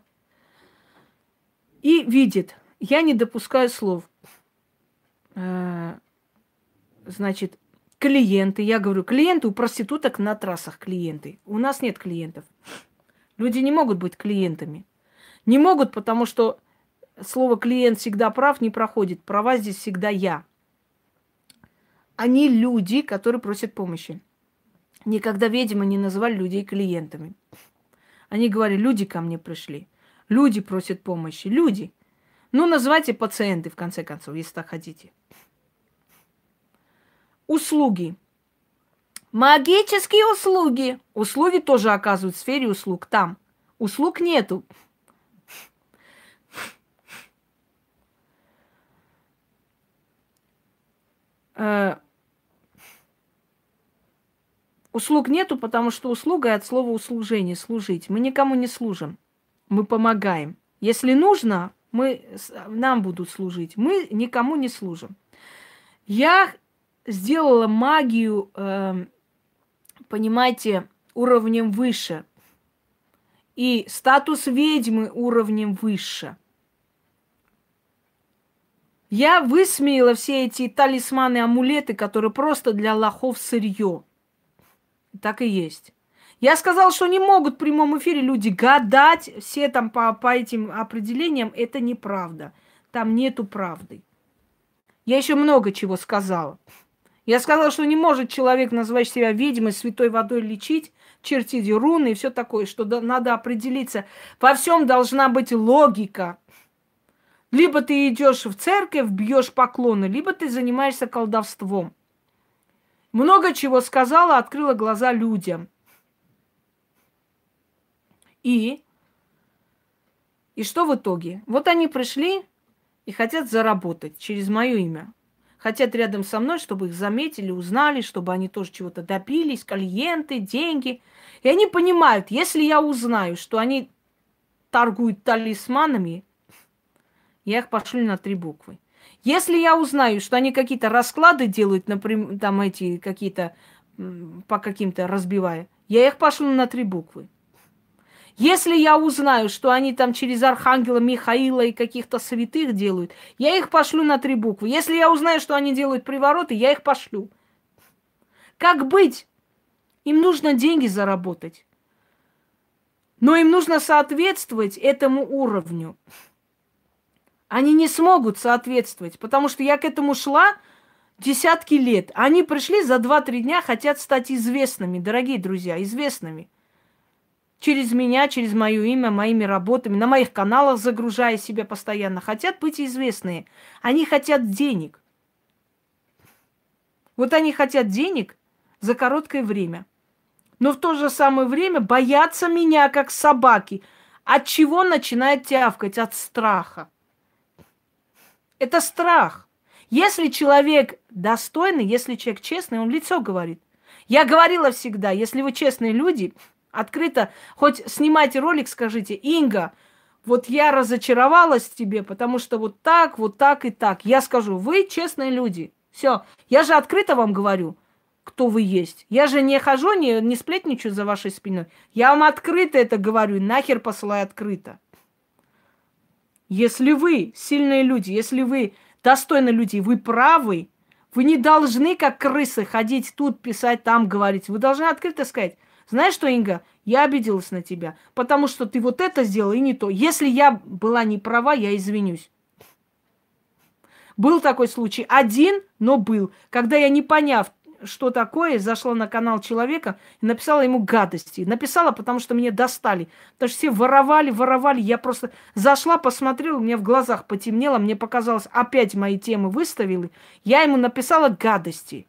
и видит, я не допускаю слов. Значит, клиенты, я говорю, клиенты у проституток на трассах клиенты. У нас нет клиентов. Люди не могут быть клиентами. Не могут, потому что слово «клиент» всегда прав не проходит. Права здесь всегда я. Они люди, которые просят помощи. Никогда ведьмы не называли людей клиентами. Они говорили, люди ко мне пришли. Люди просят помощи. Люди. Ну, называйте пациенты, в конце концов, если так хотите. Услуги. Магические услуги. Услуги тоже оказывают в сфере услуг. Там. Услуг нету. Услуг нету, потому что услуга от слова услужение, служить. Мы никому не служим. Мы помогаем. Если нужно, мы, нам будут служить. Мы никому не служим. Я сделала магию, э, понимаете, уровнем выше. И статус ведьмы уровнем выше. Я высмеяла все эти талисманы, амулеты, которые просто для лохов сырье. Так и есть. Я сказала, что не могут в прямом эфире люди гадать все там по, по этим определениям. Это неправда. Там нету правды. Я еще много чего сказала. Я сказала, что не может человек, называющий себя ведьмой, святой водой лечить, чертить руны и все такое, что да, надо определиться. Во всем должна быть логика. Либо ты идешь в церковь, бьешь поклоны, либо ты занимаешься колдовством. Много чего сказала, открыла глаза людям. И, и что в итоге? Вот они пришли и хотят заработать через мое имя. Хотят рядом со мной, чтобы их заметили, узнали, чтобы они тоже чего-то добились, клиенты, деньги. И они понимают, если я узнаю, что они торгуют талисманами, я их пошлю на три буквы. Если я узнаю, что они какие-то расклады делают, например, там эти какие-то, по каким-то разбивая, я их пошлю на три буквы. Если я узнаю, что они там через архангела Михаила и каких-то святых делают, я их пошлю на три буквы. Если я узнаю, что они делают привороты, я их пошлю. Как быть? Им нужно деньги заработать. Но им нужно соответствовать этому уровню. Они не смогут соответствовать, потому что я к этому шла десятки лет. Они пришли за два-три дня, хотят стать известными, дорогие друзья, известными. Через меня, через мое имя, моими работами, на моих каналах загружая себя постоянно. Хотят быть известные. Они хотят денег. Вот они хотят денег за короткое время. Но в то же самое время боятся меня, как собаки. От чего начинает тявкать? От страха. Это страх. Если человек достойный, если человек честный, он в лицо говорит. Я говорила всегда, если вы честные люди, открыто, хоть снимайте ролик, скажите: Инга, вот я разочаровалась в тебе, потому что вот так, вот так и так. Я скажу: вы честные люди. Все. Я же открыто вам говорю, кто вы есть. Я же не хожу, не, не сплетничаю за вашей спиной. Я вам открыто это говорю, нахер посылаю открыто. Если вы сильные люди, если вы достойные люди, вы правы, вы не должны, как крысы, ходить тут, писать, там говорить. Вы должны открыто сказать: знаешь что, Инга, я обиделась на тебя, потому что ты вот это сделала и не то. Если я была не права, я извинюсь. Был такой случай. Один, но был. Когда я, не поняв, что такое, зашла на канал человека и написала ему гадости. Написала, потому что меня достали. Потому что все воровали, воровали. Я просто зашла, посмотрела, у меня в глазах потемнело. Мне показалось, опять мои темы выставили. Я ему написала гадости.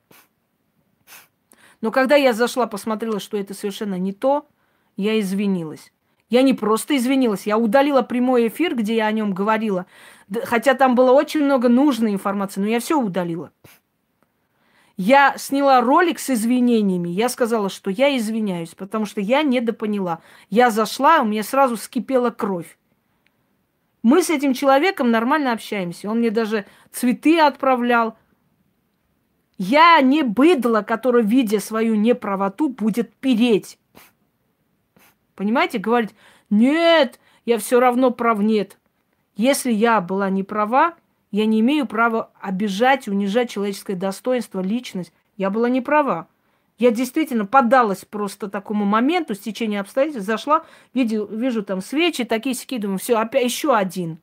Но когда я зашла, посмотрела, что это совершенно не то, я извинилась. Я не просто извинилась, я удалила прямой эфир, где я о нем говорила. Хотя там было очень много нужной информации, но я все удалила. Я сняла ролик с извинениями. Я сказала, что я извиняюсь, потому что я недопоняла. Я зашла, у меня сразу вскипела кровь. Мы с этим человеком нормально общаемся. Он мне даже цветы отправлял. Я не быдло, которое, видя свою неправоту, будет переть. Понимаете? Говорить: нет, я все равно прав. Нет. Если я была не права, я не имею права обижать, унижать человеческое достоинство, личность. Я была не права. Я действительно поддалась просто такому моменту, стечению обстоятельств, зашла, виду, вижу там свечи, такие-сякие, думаю: все, опять еще один.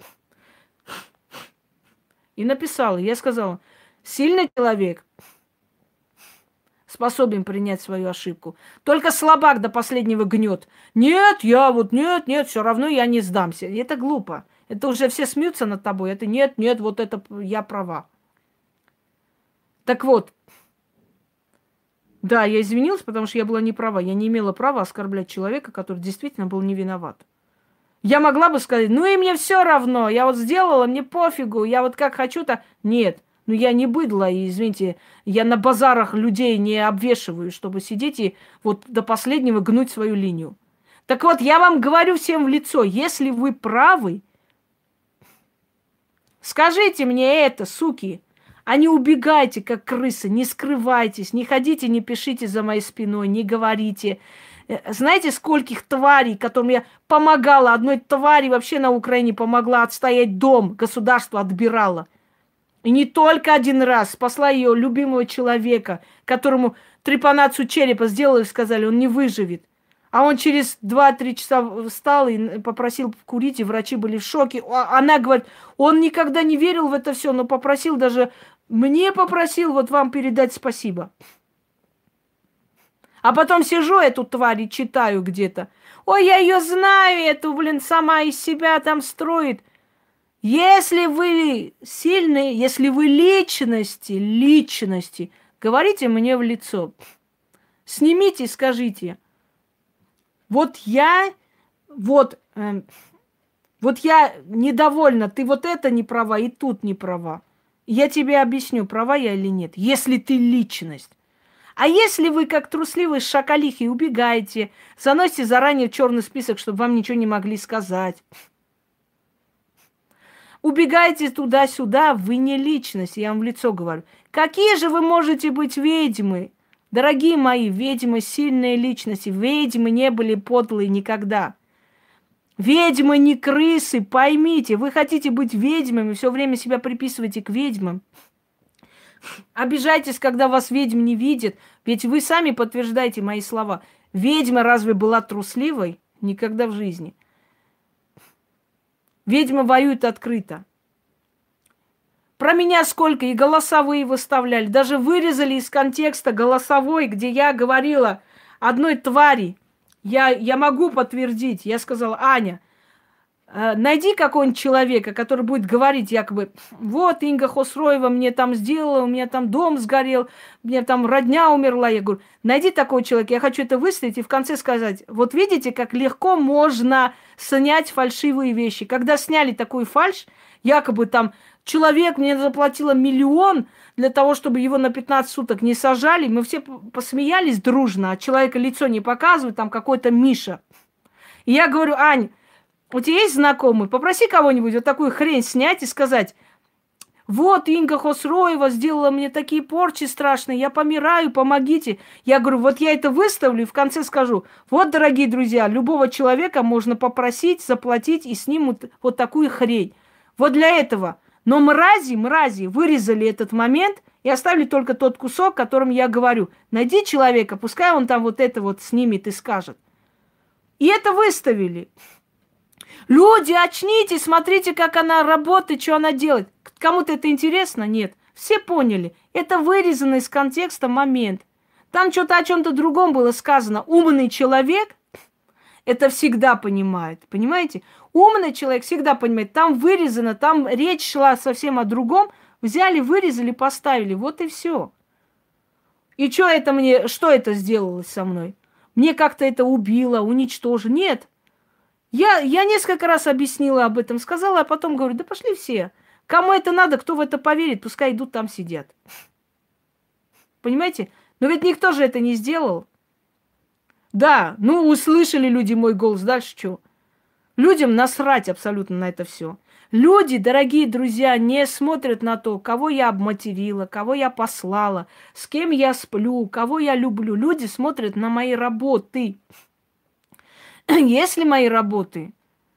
И написала, я сказала: сильный человек способен принять свою ошибку. Только слабак до последнего гнет. Нет, я вот, нет, нет, все равно я не сдамся. И это глупо. Это уже все смеются над тобой. Это нет, нет, вот это я права. Так вот, да, я извинилась, потому что я была не права. Я не имела права оскорблять человека, который действительно был не виноват. Я могла бы сказать: ну и мне все равно, я вот сделала, мне пофигу, я вот как хочу-то. Нет, ну я не быдло, и, извините, я на базарах людей не обвешиваю, чтобы сидеть и вот до последнего гнуть свою линию. Так вот, я вам говорю всем в лицо: если вы правы, скажите мне это, суки, а не убегайте, как крысы, не скрывайтесь, не ходите, не пишите за моей спиной, не говорите. Знаете, скольких тварей, которым я помогала, одной твари вообще на Украине помогла отстоять дом, государство отбирало. И не только один раз спасла ее любимого человека, которому трепанацию черепа сделали, сказали, он не выживет. А он через два-три часа встал и попросил курить, и врачи были в шоке. Она говорит, он никогда не верил в это все, но попросил даже, мне попросил вот вам передать спасибо. А потом сижу эту тварь и читаю где-то. Ой, я ее знаю, эту, блин, сама из себя там строит. Если вы сильные, если вы личности, личности, говорите мне в лицо. Снимите и скажите. Вот я, вот, э, вот я недовольна, ты вот это не права и тут не права. Я тебе объясню, права я или нет, если ты личность. А если вы, как трусливые шакалихи, убегаете, заносите заранее в черный список, чтобы вам ничего не могли сказать, убегаете туда-сюда, вы не личность, я вам в лицо говорю. Какие же вы можете быть ведьмы? Дорогие мои, ведьмы сильные личности, ведьмы не были подлые никогда. Ведьмы не крысы, поймите, вы хотите быть ведьмами, все время себя приписываете к ведьмам. Обижайтесь, когда вас ведьм не видят, ведь вы сами подтверждаете мои слова. Ведьма разве была трусливой? Никогда в жизни. Ведьмы воюют открыто. Про меня сколько и голосовые выставляли, даже вырезали из контекста голосовой, где я говорила одной твари. Я, я могу подтвердить, я сказала: Аня, найди какого-нибудь человека, который будет говорить якобы: вот Инга Хосроева мне там сделала, у меня там дом сгорел, у меня там родня умерла. Я говорю: найди такого человека, я хочу это выставить и в конце сказать: вот видите, как легко можно снять фальшивые вещи. Когда сняли такую фальшь, якобы там человек мне заплатила миллион для того, чтобы его на пятнадцать суток не сажали, мы все посмеялись дружно, а человека лицо не показывают, там какой-то Миша. И я говорю: Ань, у тебя есть знакомый? Попроси кого-нибудь вот такую хрень снять и сказать: вот Инга Хосроева сделала мне такие порчи страшные, я помираю, помогите. Я говорю: вот я это выставлю и в конце скажу: вот, дорогие друзья, любого человека можно попросить, заплатить и снимут вот такую хрень. Вот для этого. Но мрази, мрази вырезали этот момент и оставили только тот кусок, которым я говорю: найди человека, пускай он там вот это вот снимет и скажет. И это выставили. Люди, очнитесь, смотрите, как она работает, что она делает. Кому-то это интересно? Нет. Все поняли. Это вырезанный из контекста момент. Там что-то о чем-то другом было сказано. Умный человек это всегда понимает. Понимаете? Умный человек всегда понимает. Там вырезано, там речь шла совсем о другом. Взяли, вырезали, поставили. Вот и все. И что это мне, что это сделалось со мной? Мне как-то это убило, уничтожило. Нет. Я, я несколько раз объяснила об этом, сказала, а потом говорю: да пошли все. Кому это надо, кто в это поверит, пускай идут там сидят. Понимаете? Но ведь никто же это не сделал. Да, ну услышали люди мой голос, дальше что? Людям насрать абсолютно на это все. Люди, дорогие друзья, не смотрят на то, кого я обматерила, кого я послала, с кем я сплю, кого я люблю. Люди смотрят на мои работы. Если мои работы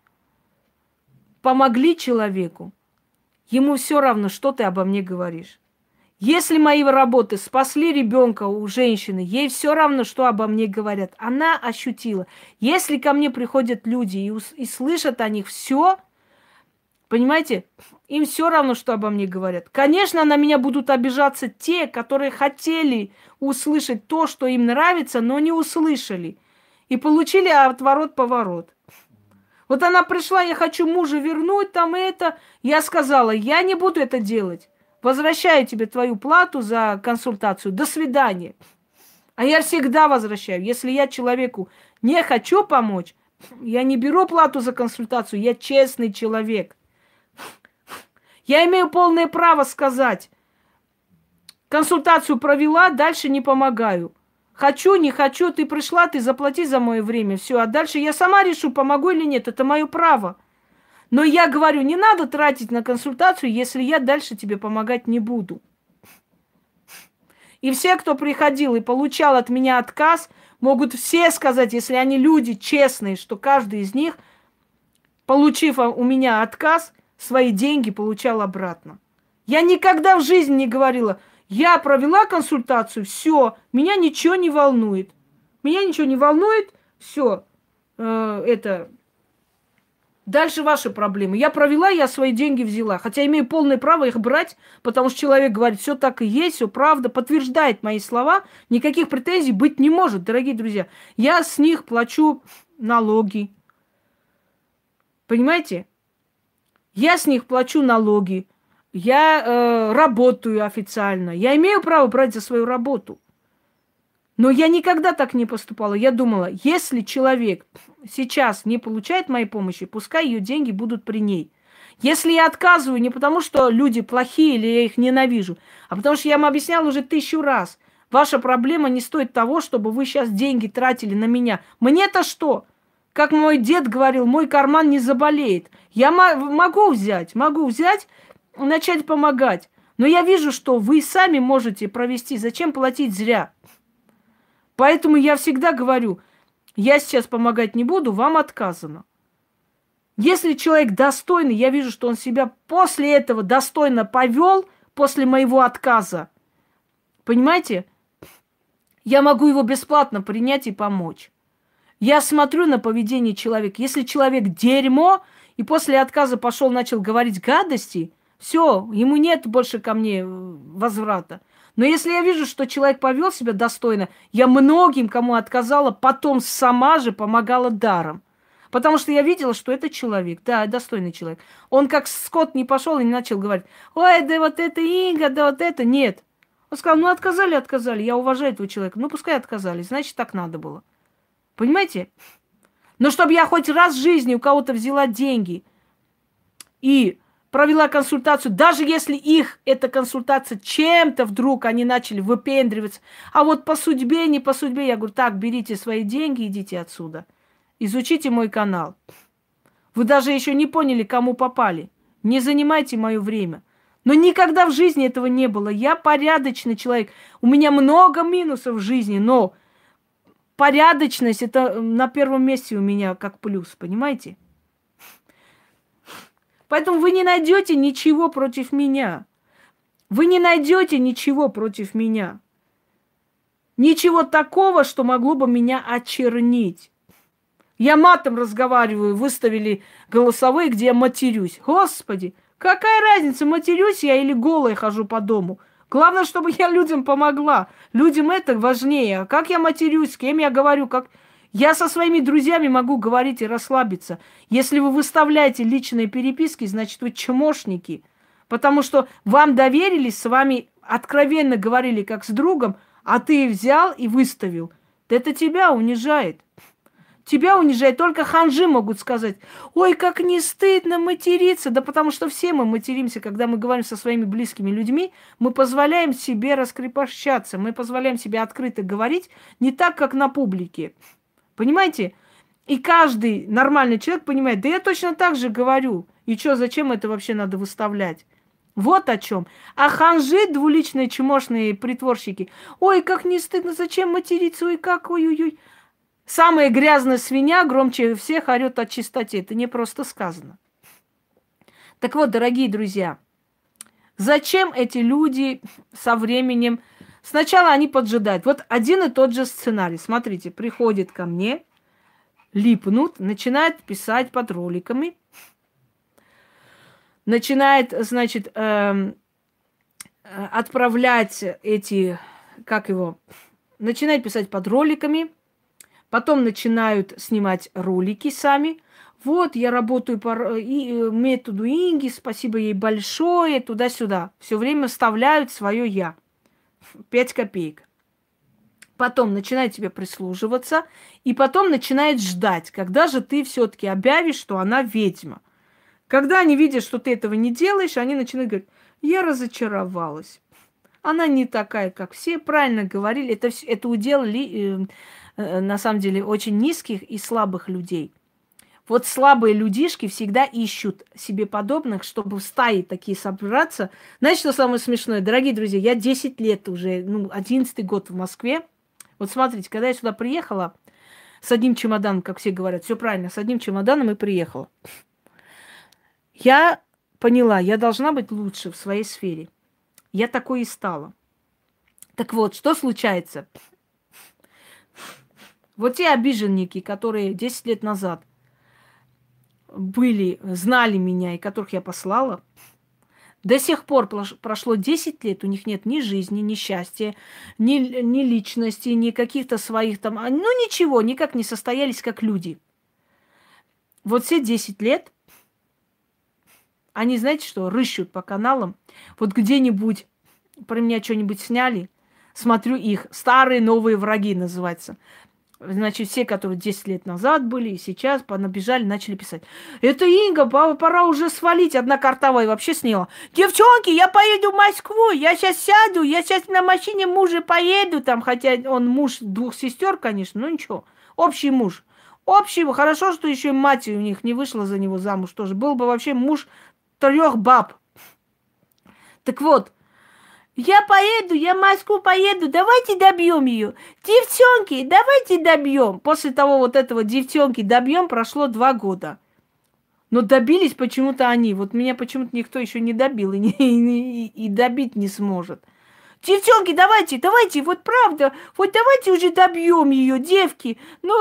помогли человеку, ему все равно, что ты обо мне говоришь. Если мои работы спасли ребенка у женщины, ей все равно, что обо мне говорят. Она ощутила. Если ко мне приходят люди и, и слышат о них все, понимаете, им все равно, что обо мне говорят. Конечно, на меня будут обижаться те, которые хотели услышать то, что им нравится, но не услышали. И получили отворот-поворот. Вот она пришла: я хочу мужа вернуть, там это. Я сказала: я не буду это делать. Возвращаю тебе твою плату за консультацию. До свидания. А я всегда возвращаю. Если я человеку не хочу помочь, я не беру плату за консультацию. Я честный человек. Я имею полное право сказать: консультацию провела, дальше не помогаю. Хочу, не хочу, ты пришла, ты заплати за мое время. Все, а дальше я сама решу, помогу или нет. Это мое право. Но я говорю, не надо тратить на консультацию, если я дальше тебе помогать не буду. И все, кто приходил и получал от меня отказ, могут все сказать, если они люди честные, что каждый из них, получив у меня отказ, свои деньги получал обратно. Я никогда в жизни не говорила: я провела консультацию, все, меня ничего не волнует. Меня ничего не волнует, все, э, это... Дальше ваши проблемы. Я провела, я свои деньги взяла. Хотя имею полное право их брать, потому что человек говорит, все так и есть, все правда, подтверждает мои слова. Никаких претензий быть не может, дорогие друзья. Я с них плачу налоги. Понимаете? Я с них плачу налоги. Я э, работаю официально. Я имею право брать за свою работу. Но я никогда так не поступала. Я думала, если человек сейчас не получает моей помощи, пускай ее деньги будут при ней. Если я отказываю не потому, что люди плохие или я их ненавижу, а потому что я вам объясняла уже тысячу раз. Ваша проблема не стоит того, чтобы вы сейчас деньги тратили на меня. Мне-то что? Как мой дед говорил, мой карман не заболеет. Я могу взять, могу взять, начать помогать. Но я вижу, что вы сами можете провести. Зачем платить зря? Поэтому я всегда говорю, я сейчас помогать не буду, вам отказано. Если человек достойный, я вижу, что он себя после этого достойно повел, после моего отказа, понимаете, я могу его бесплатно принять и помочь. Я смотрю на поведение человека. Если человек дерьмо, и после отказа пошел, начал говорить гадости, все, ему нет больше ко мне возврата. Но если я вижу, что человек повел себя достойно, я многим, кому отказала, потом сама же помогала даром. Потому что я видела, что это человек, да, достойный человек. Он как скот не пошел и не начал говорить, ой, да вот это Инга, да вот это. Нет. Он сказал, ну отказали, отказали, я уважаю этого человека. Ну пускай отказали, значит так надо было. Понимаете? Но чтобы я хоть раз в жизни у кого-то взяла деньги и провела консультацию, даже если их, эта консультация, чем-то вдруг они начали выпендриваться, а вот по судьбе, не по судьбе, я говорю, так, берите свои деньги, идите отсюда, изучите мой канал. Вы даже еще не поняли, кому попали. Не занимайте мое время. Но никогда в жизни этого не было. Я порядочный человек. У меня много минусов в жизни, но порядочность это на первом месте у меня как плюс, понимаете? Поэтому вы не найдете ничего против меня. Вы не найдете ничего против меня. Ничего такого, что могло бы меня очернить. Я матом разговариваю, выставили голосовые, где я матерюсь. Господи, какая разница, матерюсь я или голая хожу по дому? Главное, чтобы я людям помогла. Людям это важнее. Как я матерюсь, с кем я говорю, как... Я со своими друзьями могу говорить и расслабиться. Если вы выставляете личные переписки, значит, вы чмошники. Потому что вам доверились, с вами откровенно говорили, как с другом, а ты взял и выставил. Это тебя унижает. Тебя унижает. Только ханжи могут сказать, ой, как не стыдно материться. Да потому что все мы материмся, когда мы говорим со своими близкими людьми, мы позволяем себе раскрепощаться, мы позволяем себе открыто говорить не так, как на публике. Понимаете? И каждый нормальный человек понимает, да я точно так же говорю. И что, зачем это вообще надо выставлять? Вот о чем. А ханжи, двуличные, чмошные притворщики, ой, как не стыдно, зачем материться, ой, как, ой-ой-ой. Самая грязная свинья громче всех орет о чистоте. Это не просто сказано. Так вот, дорогие друзья, зачем эти люди со временем... Сначала они поджидают. Вот один и тот же сценарий. Смотрите, приходит ко мне, липнут, начинает писать под роликами, начинает, значит, эм, отправлять эти, как его, начинает писать под роликами, потом начинают снимать ролики сами. Вот, я работаю по и, методу Инги, спасибо ей большое, туда-сюда. Все время вставляют свое «я». Пять копеек. Потом начинает тебе прислуживаться, и потом начинает ждать, когда же ты все-таки объявишь, что она ведьма. Когда они видят, что ты этого не делаешь, они начинают говорить, я разочаровалась. Она не такая, как все, правильно говорили. Это, это удел ли, э, э, на самом деле, очень низких и слабых людей. Вот слабые людишки всегда ищут себе подобных, чтобы в стаи такие собраться. Знаете, что самое смешное? Дорогие друзья, я десять лет уже, ну, одиннадцатый год в Москве. Вот смотрите, когда я сюда приехала с одним чемоданом, как все говорят, все правильно, с одним чемоданом и приехала. Я поняла, я должна быть лучше в своей сфере. Я такой и стала. Так вот, что случается? Вот те обиженники, которые десять лет назад были, знали меня и которых я послала, до сих пор прошло десять лет, у них нет ни жизни, ни счастья, ни, ни личности, ни каких-то своих там... Ну, ничего, никак не состоялись как люди. Вот все десять лет они, знаете что, рыщут по каналам. Вот где-нибудь про меня что-нибудь сняли, смотрю их. Старые новые враги называется. Значит, все, которые десять лет назад были, и сейчас понабежали, начали писать. Это Инга, пора уже свалить. Одна картавая вообще сняла. Девчонки, я поеду в Москву, я сейчас сяду, я сейчас на машине мужа поеду. Там, хотя он муж двух сестер, конечно, но ничего. Общий муж. Общий, хорошо, что еще и мать у них не вышла за него замуж тоже. Был бы вообще муж трех баб. Так вот, я поеду, я в Москву поеду, давайте добьем ее. Девчонки, давайте добьем. После того вот этого девчонки добьем прошло два года. Но добились почему-то они. Вот меня почему-то никто еще не добил и, не, и, и добить не сможет. Девчонки, давайте, давайте, вот правда, вот давайте уже добьем ее, девки. Ну,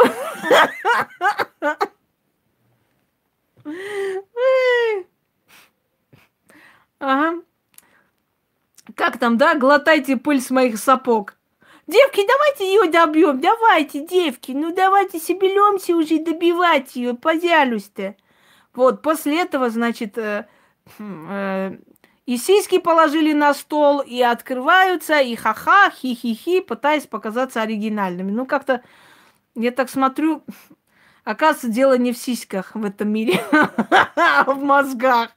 ага. Как там, да? Глотайте пыль с моих сапог. Девки, давайте ее добьем. Давайте, девки. Ну, давайте соберемся уже добивать ее. Пожалуйста. Вот, после этого, значит, э, э, и сиськи положили на стол, и открываются, и ха-ха, хи-хи-хи, пытаясь показаться оригинальными. Ну, как-то, я так смотрю, оказывается, дело не в сиськах в этом мире, а в мозгах.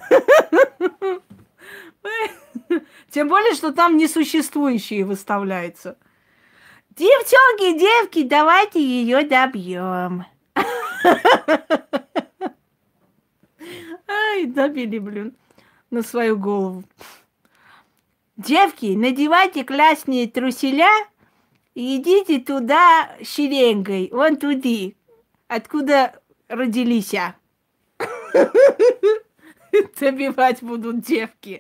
Тем более, что там несуществующие выставляются. Девчонки, девки, давайте ее добьем. Ай, добили, блин, на свою голову. Девки, надевайте классные труселя и идите туда шеренгой, вон туда, откуда родились. Добивать будут девки.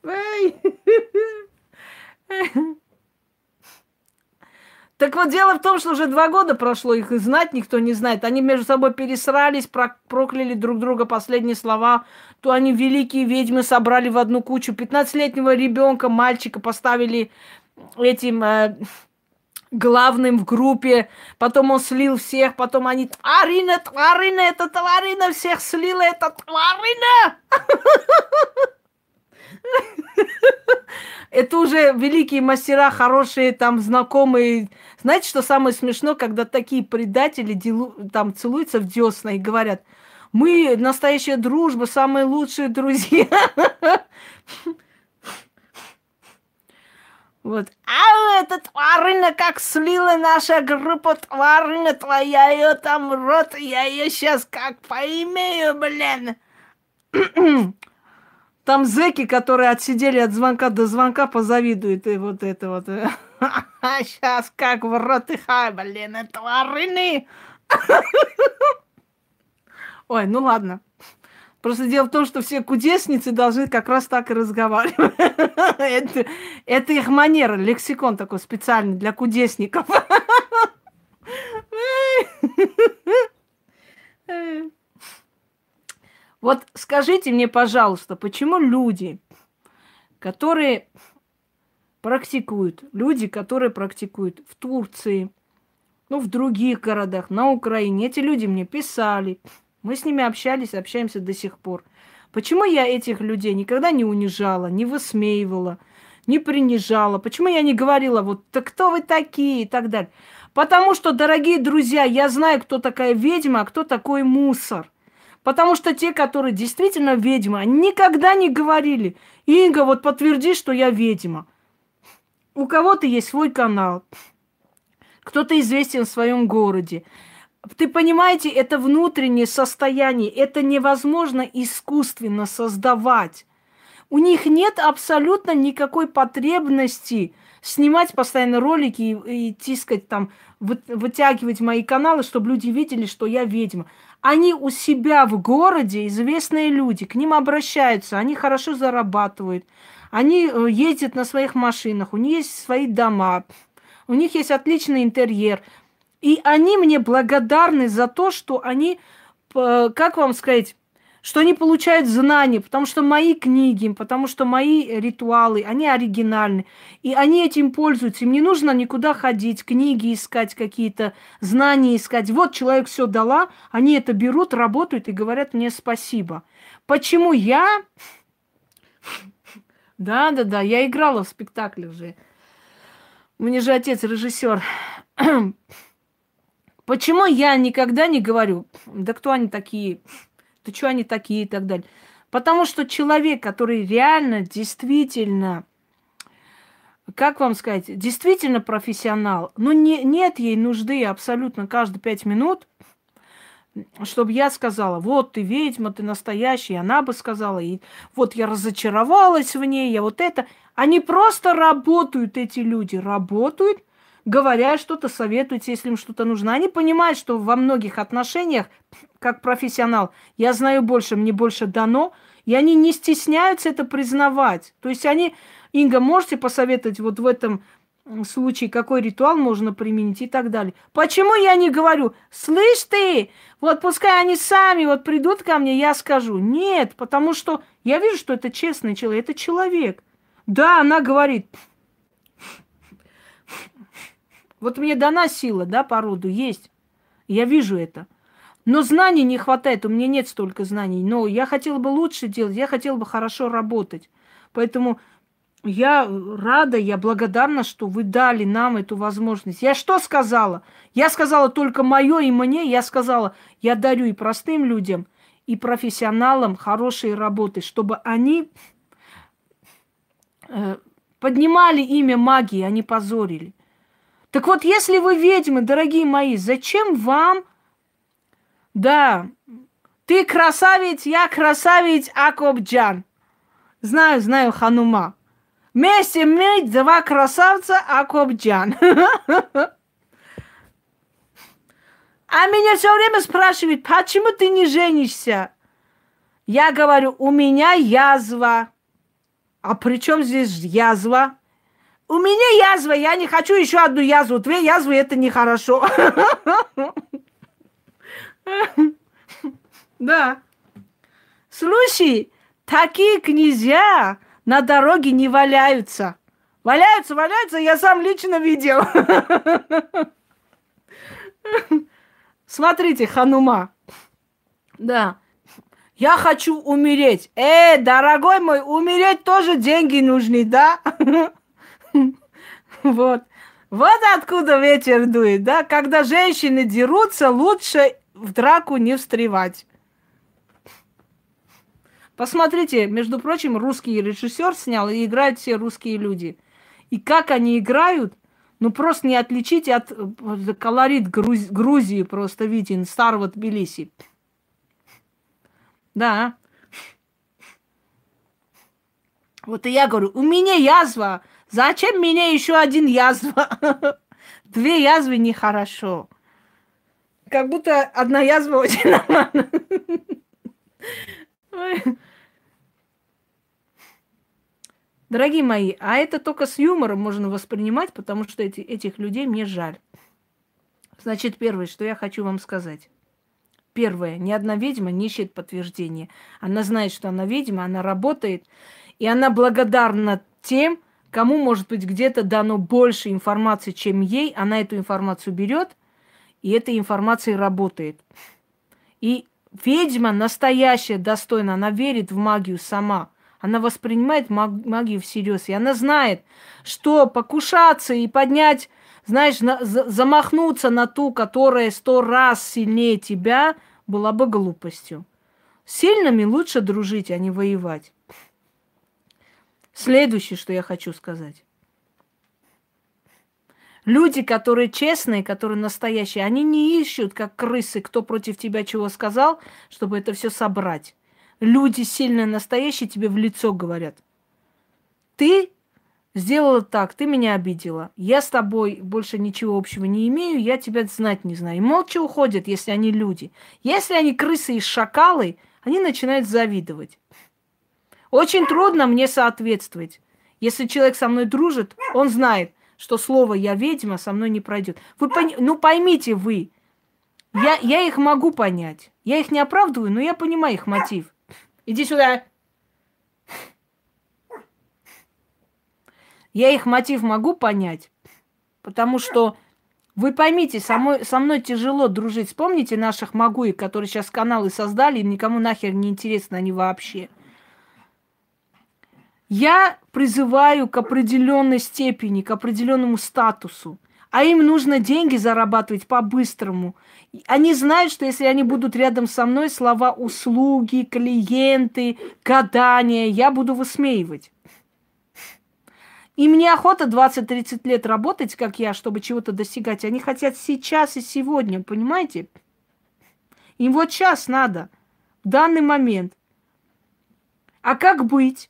Так вот, дело в том, что уже два года прошло, их и знать никто не знает. Они между собой пересрались, прокляли друг друга последние слова. То они великие ведьмы собрали в одну кучу. пятнадцатилетнего ребенка, мальчика поставили этим э, главным в группе. Потом он слил всех. Потом они: Тварина, Тварина, это Тварина всех слила, это Тварина! Это уже великие мастера, хорошие, там, знакомые. Знаете, что самое смешно, когда такие предатели делу, там целуются в десна и говорят: мы настоящая дружба, самые лучшие друзья. Вот. А эта Тварина как слила наша группа, Тварина твоя, ее там рот, я ее сейчас как поимею, блин. Там зэки, которые отсидели от звонка до звонка, позавидуют. И вот это вот. Сейчас как в рот и хай, блин, Тварины. Ой, ну ладно. Просто дело в том, что все кудесницы должны как раз так и разговаривать. это, это их манера, лексикон такой специальный для кудесников. Вот скажите мне, пожалуйста, почему люди, которые практикуют, люди, которые практикуют в Турции, ну, в других городах, на Украине, эти люди мне писали, мы с ними общались, общаемся до сих пор. Почему я этих людей никогда не унижала, не высмеивала, не принижала? Почему я не говорила: вот, да кто вы такие и так далее? Потому что, дорогие друзья, я знаю, кто такая ведьма, а кто такой мусор. Потому что те, которые действительно ведьмы, они никогда не говорили: Инга, вот подтверди, что я ведьма. У кого-то есть свой канал, кто-то известен в своем городе. Ты понимаете, это внутреннее состояние, это невозможно искусственно создавать. У них нет абсолютно никакой потребности снимать постоянно ролики и, и тискать там, вы, вытягивать мои каналы, чтобы люди видели, что я ведьма. Они у себя в городе известные люди, к ним обращаются, они хорошо зарабатывают, они ездят на своих машинах, у них есть свои дома, у них есть отличный интерьер. И они мне благодарны за то, что они как вам сказать, что они получают знания, потому что мои книги, потому что мои ритуалы, они оригинальны. И они этим пользуются. Им не нужно никуда ходить, книги искать какие-то, знания искать. Вот человек все дала, они это берут, работают и говорят мне спасибо. Почему я... Да-да-да, я играла в спектаклях же. У меня же отец режиссер. Почему я никогда не говорю, да кто они такие... да что они такие и так далее. Потому что человек, который реально, действительно, как вам сказать, действительно профессионал, ну не, нет ей нужды абсолютно каждые пять минут, чтобы я сказала, вот ты ведьма, ты настоящая, и она бы сказала, и вот я разочаровалась в ней, я вот это. Они просто работают, эти люди, работают, говорят что-то, советуют, если им что-то нужно. Они понимают, что во многих отношениях, как профессионал, я знаю больше, мне больше дано, и они не стесняются это признавать. То есть они, Инга, можете посоветовать вот в этом случае, какой ритуал можно применить и так далее. Почему я не говорю, слышь ты, вот пускай они сами вот придут ко мне, я скажу. Нет, потому что я вижу, что это честный человек, это человек. Да, она говорит... Вот мне дана сила, да, по роду, есть. Я вижу это. Но знаний не хватает, у меня нет столько знаний. Но я хотела бы лучше делать, я хотела бы хорошо работать. Поэтому я рада, я благодарна, что вы дали нам эту возможность. Я что сказала? Я сказала только мое и мне. Я сказала, я дарю и простым людям, и профессионалам хорошие работы, чтобы они э, поднимали имя магии, а не позорили. Так вот, если вы ведьмы, дорогие мои, зачем вам... Да, ты красавец, я красавец, Акобджан. Знаю, знаю, Ханума. Вместе мы два красавца, Акобджан. А меня все время спрашивают, почему ты не женишься? Я говорю, у меня язва. А при чем здесь язва? У меня язва, я не хочу еще одну язву. Две язвы это нехорошо. Да. Слушай, такие князья на дороге не валяются. Валяются, валяются, я сам лично видел. Смотрите, Ханума. Да. Я хочу умереть. Э, дорогой мой, умереть тоже деньги нужны, да? Вот. Вот откуда ветер дует, да? Когда женщины дерутся, лучше в драку не встревать. Посмотрите, между прочим, русский режиссер снял, и играют все русские люди. И как они играют, ну просто не отличить от колорит Груз... Грузии, просто виден, старого Тбилиси. Да. Вот и я говорю, у меня язва. Зачем мне еще один язва? Две язвы нехорошо. Как будто одна язва очень нормально. Дорогие мои, а это только с юмором можно воспринимать, потому что эти, этих людей мне жаль. Значит, первое, что я хочу вам сказать. Первое, ни одна ведьма не ищет подтверждения. Она знает, что она ведьма, она работает, и она благодарна тем, кому, может быть, где-то дано больше информации, чем ей. Она эту информацию берет, и этой информацией работает. И ведьма настоящая, достойная, она верит в магию сама. Она воспринимает маг- магию всерьез. И она знает, что покушаться и поднять, знаешь, на, за, замахнуться на ту, которая сто раз сильнее тебя, была бы глупостью. С сильными лучше дружить, а не воевать. Следующее, что я хочу сказать. Люди, которые честные, которые настоящие, они не ищут, как крысы, кто против тебя чего сказал, чтобы это все собрать. Люди сильные, настоящие тебе в лицо говорят. Ты сделала так, ты меня обидела. Я с тобой больше ничего общего не имею, я тебя знать не знаю. И молча уходят, если они люди. Если они крысы и шакалы, они начинают завидовать. Очень трудно мне соответствовать. Если человек со мной дружит, он знает, что слово «я ведьма» со мной не пройдет. Вы пон... Ну, поймите вы, Я, я их могу понять. Я их не оправдываю, но я понимаю их мотив. Иди сюда. Я их мотив могу понять, потому что вы поймите, со мной, со мной тяжело дружить. Вспомните наших магуек, которые сейчас каналы создали, им никому нахер не интересны они вообще. Я призываю к определенной степени, к определенному статусу. А им нужно деньги зарабатывать по-быстрому. Они знают, что если они будут рядом со мной, слова услуги, клиенты, гадания, я буду высмеивать. Им неохота двадцать-тридцать лет работать, как я, чтобы чего-то достигать. Они хотят сейчас и сегодня, понимаете? Им вот сейчас надо, в данный момент. А как быть?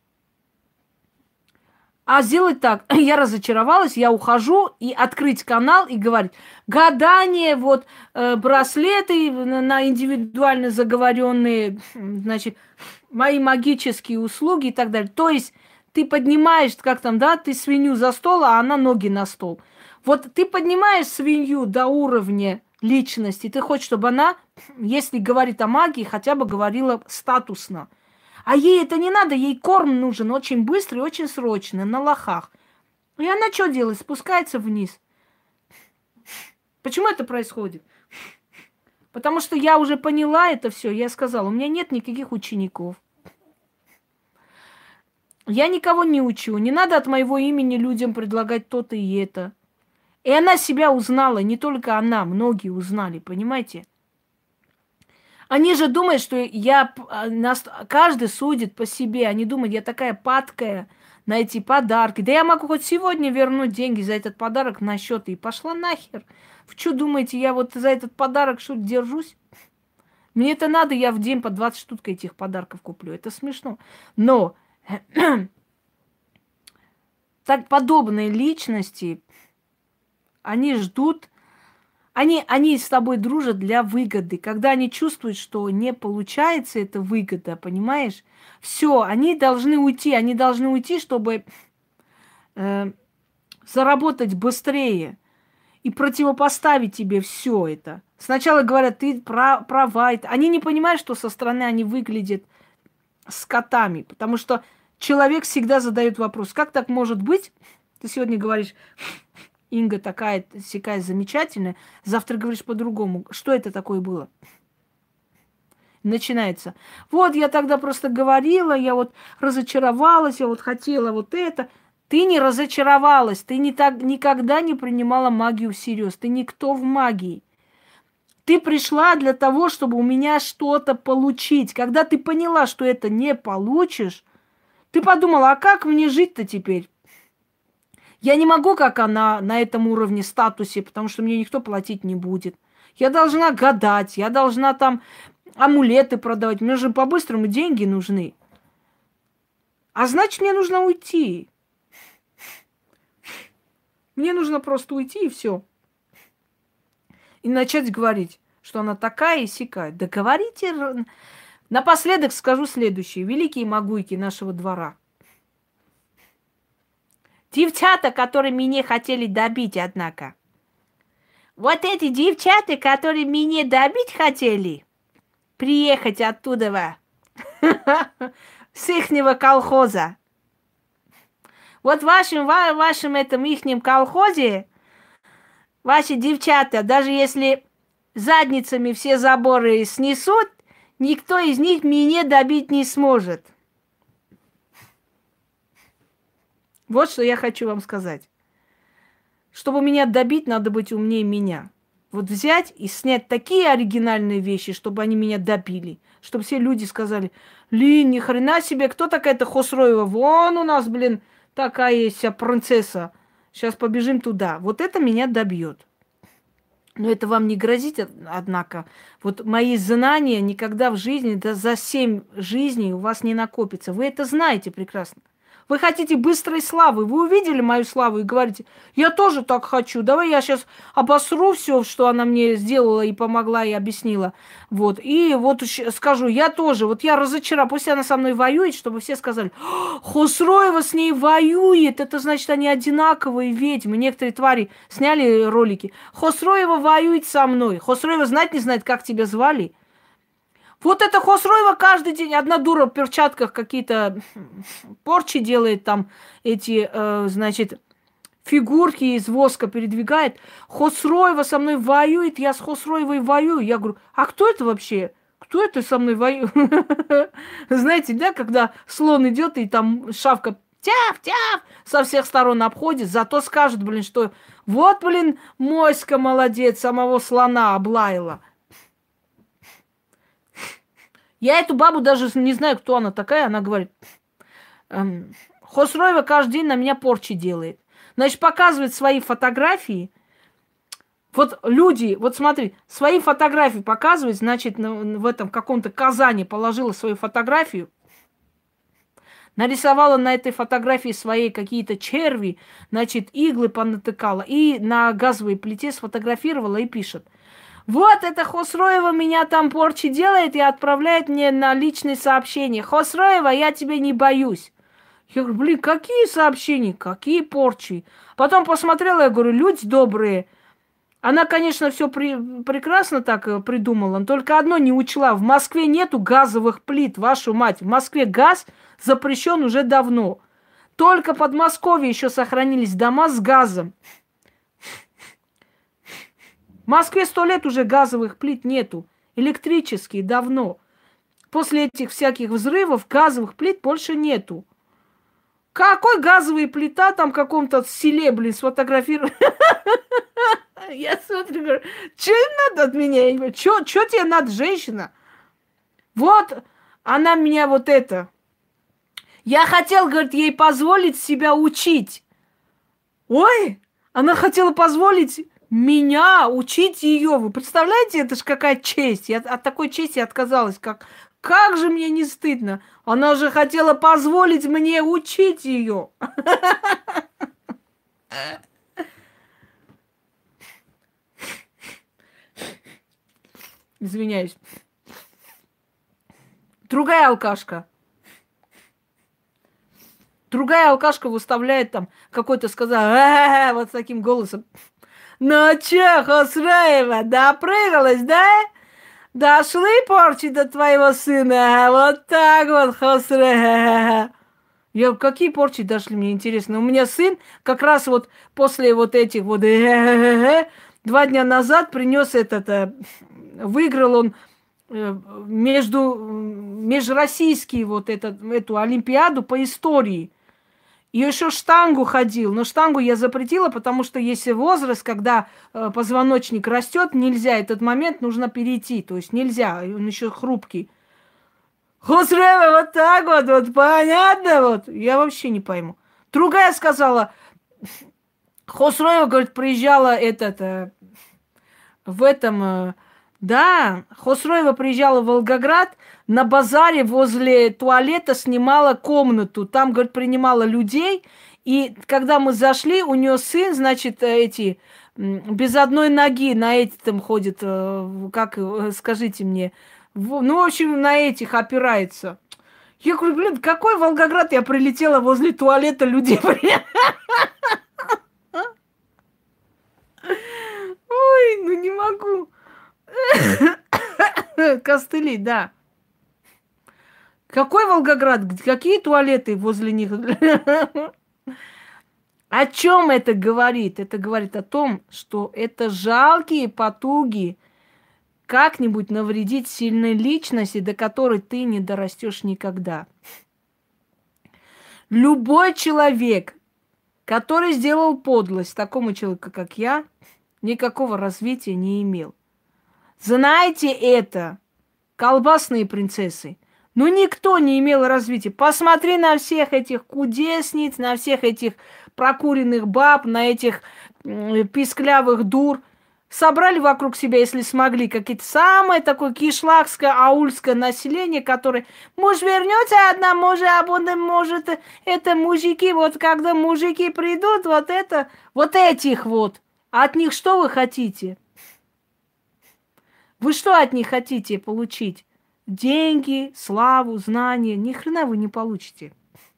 А сделать так, я разочаровалась, я ухожу, и открыть канал и говорить, гадание, вот, э, браслеты на индивидуально заговоренные, значит, мои магические услуги и так далее. То есть ты поднимаешь, как там, да, ты свинью за стол, а она ноги на стол. Вот ты поднимаешь свинью до уровня личности, ты хочешь, чтобы она, если говорит о магии, хотя бы говорила статусно. А ей это не надо, ей корм нужен очень быстро и очень срочно, на лохах. И она что делает? Спускается вниз. Почему это происходит? Потому что я уже поняла это все. Я сказала, у меня нет никаких учеников. Я никого не учу. Не надо от моего имени людям предлагать то-то и это. И она себя узнала, не только она, многие узнали, понимаете? Они же думают, что я, нас, каждый судит по себе. Они думают, я такая падкая на эти подарки. Да я могу хоть сегодня вернуть деньги за этот подарок на счет. И пошла нахер. Вы что думаете, я вот за этот подарок что-то держусь? Мне это надо, я в день по двадцать штук этих подарков куплю. Это смешно. Но так подобные личности, они ждут, Они, они с тобой дружат для выгоды. Когда они чувствуют, что не получается эта выгода, понимаешь? Все, они должны уйти. Они должны уйти, чтобы э, заработать быстрее и противопоставить тебе все это. Сначала говорят, ты права. Они не понимают, что со стороны они выглядят скотами. Потому что человек всегда задает вопрос, как так может быть? Ты сегодня говоришь... Инга такая, сякая замечательная. Завтра говоришь по-другому. Что это такое было? Начинается. Вот я тогда просто говорила, я вот разочаровалась, я вот хотела вот это. Ты не разочаровалась, ты не так, никогда не принимала магию всерьез. Ты никто в магии. Ты пришла для того, чтобы у меня что-то получить. Когда ты поняла, что это не получишь, ты подумала, а как мне жить-то теперь? Я не могу, как она, на этом уровне статусе, потому что мне никто платить не будет. Я должна гадать, я должна там амулеты продавать. Мне же по-быстрому деньги нужны. А значит, мне нужно уйти. Мне нужно просто уйти и все. И начать говорить, что она такая и сякая. Да говорите. Напоследок скажу следующее. Великие магуйки нашего двора. Девчата, которые меня хотели добить, однако. Вот эти девчата, которые меня добить хотели, приехать оттуда, с ихнего колхоза. Вот в вашем, в вашем этом ихнем колхозе, ваши девчата, даже если задницами все заборы снесут, никто из них меня добить не сможет. Вот что я хочу вам сказать. Чтобы меня добить, надо быть умнее меня. Вот взять и снять такие оригинальные вещи, чтобы они меня добили. Чтобы все люди сказали, Лин, ни хрена себе, кто такая-то Хосроева? Вон у нас, блин, такая есть принцесса. Сейчас побежим туда. Вот это меня добьет. Но это вам не грозит, однако. Вот мои знания никогда в жизни, да за семь жизней у вас не накопится. Вы это знаете прекрасно. Вы хотите быстрой славы. Вы увидели мою славу и говорите, я тоже так хочу. Давай я сейчас обосру все, что она мне сделала и помогла, и объяснила. Вот. И вот скажу, я тоже. Вот я разочарована. Пусть она со мной воюет, чтобы все сказали, Хосроева с ней воюет. Это значит, они одинаковые ведьмы. Некоторые твари сняли ролики. Хосроева воюет со мной. Хосроева знать не знает, как тебя звали. Вот это Хосроева каждый день, одна дура в перчатках какие-то порчи делает, там эти, э, значит, фигурки из воска передвигает. Хосроева со мной воюет, я с Хосроевой воюю. Я говорю, а кто это вообще? Кто это со мной воюет? Знаете, да, когда слон идет и там шавка тяв-тяв со всех сторон обходит, зато скажет, блин, что вот, блин, моська молодец, самого слона облаяла. Я эту бабу даже не знаю, кто она такая. Она говорит, эм, Хосроева каждый день на меня порчи делает. Значит, показывает свои фотографии. Вот люди, вот смотри, свои фотографии показывает, значит, в этом каком-то Казани положила свою фотографию, нарисовала на этой фотографии свои какие-то черви, значит, иглы понатыкала и на газовой плите сфотографировала и пишет. Вот это Хосроева меня там порчи делает и отправляет мне на личные сообщения. Хосроева, я тебя не боюсь. Я говорю, блин, какие сообщения, какие порчи? Потом посмотрела, я говорю, люди добрые. Она, конечно, все при, прекрасно так придумала, но только одно не учла. В Москве нету газовых плит, вашу мать. В Москве газ запрещен уже давно. Только в Подмосковье еще сохранились дома с газом. В Москве сто лет уже газовых плит нету. Электрические давно. После этих всяких взрывов газовых плит больше нету. Какой газовая плита там в каком-то селе, блин, сфотографировали? Я смотрю, говорю, что им надо от меня? Что тебе надо, женщина? Вот она меня вот это. Я хотел, говорит, ей позволить себя учить. Ой, она хотела позволить меня учить ее. Вы представляете, это ж какая честь. Я от такой чести отказалась. Как, как же мне не стыдно. Она же хотела позволить мне учить ее. Извиняюсь. Другая алкашка. Другая алкашка выставляет там какой-то сказал, вот с таким голосом. Ну чё, Хосроева, допрыгалась, да? Дошли порчи до твоего сына? Вот так вот, Хосроева. Я, какие порчи дошли, мне интересно. У меня сын как раз вот после вот этих вот два дня назад принес этот, выиграл он между, межроссийский вот этот, эту олимпиаду по истории. И еще штангу ходил. Но штангу я запретила, потому что есть возраст, когда э, позвоночник растет, нельзя. Этот момент нужно перейти. То есть нельзя, он еще хрупкий. Хосроева, вот так вот, вот, понятно? Вот. Я вообще не пойму. Другая сказала, Хосроева, говорит, приезжала этот, э, в этом... Э, да, Хосроева приезжала в Волгоград, на базаре возле туалета снимала комнату. Там, говорит, принимала людей. И когда мы зашли, у нее сын, значит, эти, без одной ноги на этом ходит, как, скажите мне, ну, в общем, на этих опирается. Я говорю, блин, какой Волгоград я прилетела возле туалета людей. Ой, ну не могу. Костыли, да. Какой Волгоград? Какие туалеты возле них? О чем это говорит? Это говорит о том, что это жалкие потуги как-нибудь навредить сильной личности, до которой ты не дорастешь никогда. Любой человек, который сделал подлость такому человеку, как я, никакого развития не имел. Знаете это, колбасные принцессы. Ну, никто не имел развития. Посмотри на всех этих кудесниц, на всех этих прокуренных баб, на этих писклявых дур. собрали вокруг себя, если смогли, какие-то самое такое кишлакское, аульское население, которое, муж вернется одна, может, а потом, может, это мужики, вот когда мужики придут, вот это, вот этих вот. А от них что вы хотите? Вы что от них хотите получить? Деньги, славу, знания? Ни хрена вы не получите.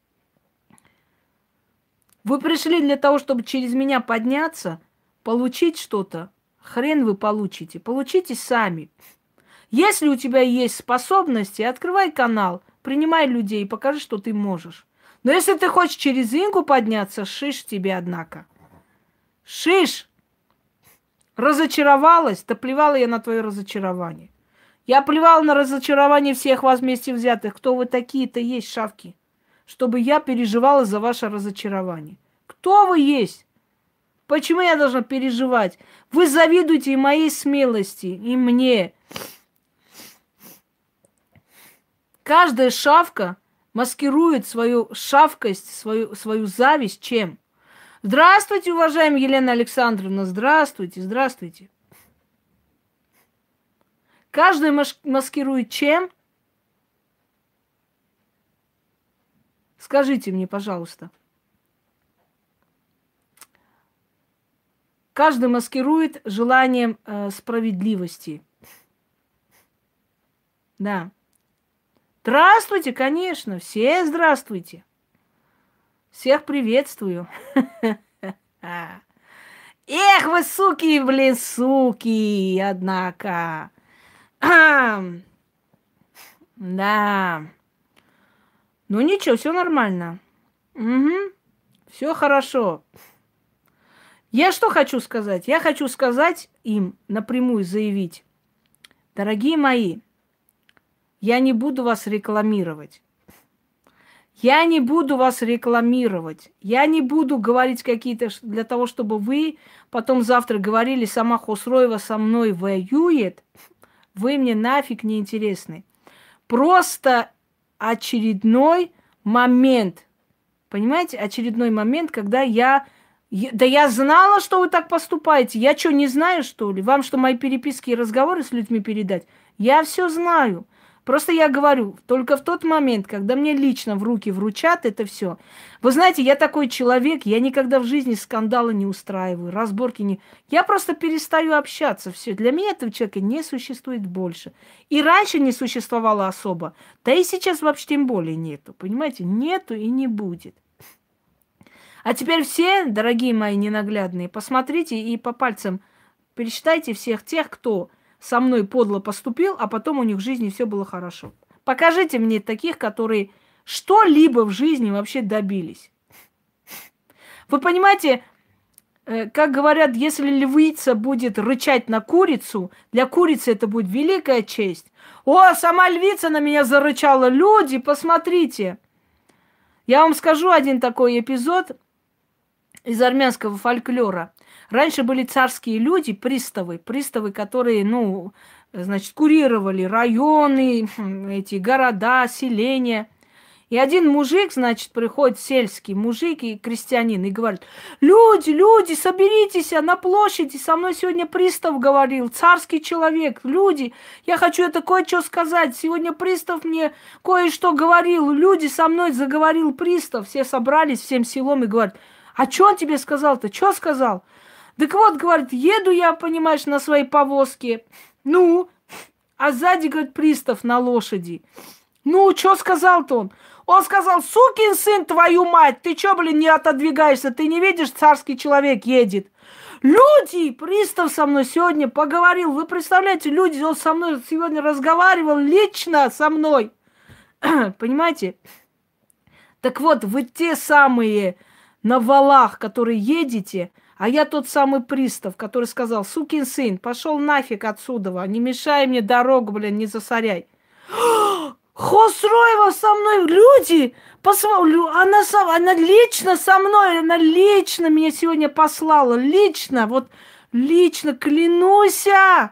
Вы пришли для того, чтобы через меня подняться, получить что-то. Хрен вы получите. Получите сами. Если у тебя есть способности, открывай канал, принимай людей, покажи, что ты можешь. Но если ты хочешь через Ингу подняться, шиш тебе, однако. Шиш! Разочаровалась? Да плевала я на твое разочарование. Я плевала на разочарование всех вас вместе взятых. Кто вы такие-то есть, шавки? Чтобы я переживала за ваше разочарование. Кто вы есть? Почему я должна переживать? Вы завидуете и моей смелости, и мне. Каждая шавка маскирует свою шавкость, свою, свою зависть чем? Здравствуйте, уважаемая Елена Александровна, здравствуйте, здравствуйте. Каждый маскирует чем? Скажите мне, пожалуйста. Каждый маскирует желанием э, справедливости. Да. Здравствуйте, конечно, все здравствуйте. Всех приветствую. Эх, вы суки, блин, суки, однако. Да. Ну ничего, все нормально. Угу. Все хорошо. Я что хочу сказать? Я хочу сказать им, напрямую заявить. Дорогие мои, я не буду вас рекламировать. Я не буду вас рекламировать. Я не буду говорить какие-то для того, чтобы вы потом завтра говорили, сама Хосроева со мной воюет. Вы мне нафиг не интересны. Просто очередной момент. Понимаете? Очередной момент, когда я... Да я знала, что вы так поступаете. Я что, не знаю, что ли? Вам что, мои переписки и разговоры с людьми передать? Я все знаю. Просто я говорю, только в тот момент, когда мне лично в руки вручат это все. Вы знаете, я такой человек, я никогда в жизни скандала не устраиваю, разборки не... Я просто перестаю общаться, все. Для меня этого человека не существует больше. И раньше не существовало особо, да и сейчас вообще тем более нету. Понимаете, нету и не будет. А теперь все, дорогие мои ненаглядные, посмотрите и по пальцам пересчитайте всех тех, кто со мной подло поступил, а потом у них в жизни все было хорошо. Покажите мне таких, которые что-либо в жизни вообще добились. Вы понимаете, как говорят, если львица будет рычать на курицу, для курицы это будет великая честь. О, сама львица на меня зарычала. Люди, посмотрите. Я вам скажу один такой эпизод из армянского фольклора. Раньше были царские люди, приставы, приставы, которые, ну, значит, курировали районы, эти города, селения. И один мужик, значит, приходит, сельский мужик и крестьянин, и говорит: люди, люди, соберитесь на площади, со мной сегодня пристав говорил, царский человек, люди, я хочу это кое-что сказать, сегодня пристав мне кое-что говорил, люди, со мной заговорил пристав, все собрались всем селом и говорят: а что он тебе сказал-то, что сказал? Так вот, говорит, еду я, понимаешь, на своей повозке, ну, а сзади, говорит, пристав на лошади. Ну, что сказал-то он? Он сказал: сукин сын, твою мать, ты чё, блин, не отодвигаешься? Ты не видишь, царский человек едет. Люди, пристав со мной сегодня поговорил. Вы представляете, люди, он со мной сегодня разговаривал лично со мной. Понимаете? Так вот, вы те самые на валах, которые едете, а я тот самый пристав, который сказал: сукин сын, пошел нафиг отсюда, не мешай мне дорогу, блин, не засоряй. Хосроева со мной, люди, посмотрю, она, она лично со мной, она лично меня сегодня послала, лично, вот лично, клянусь.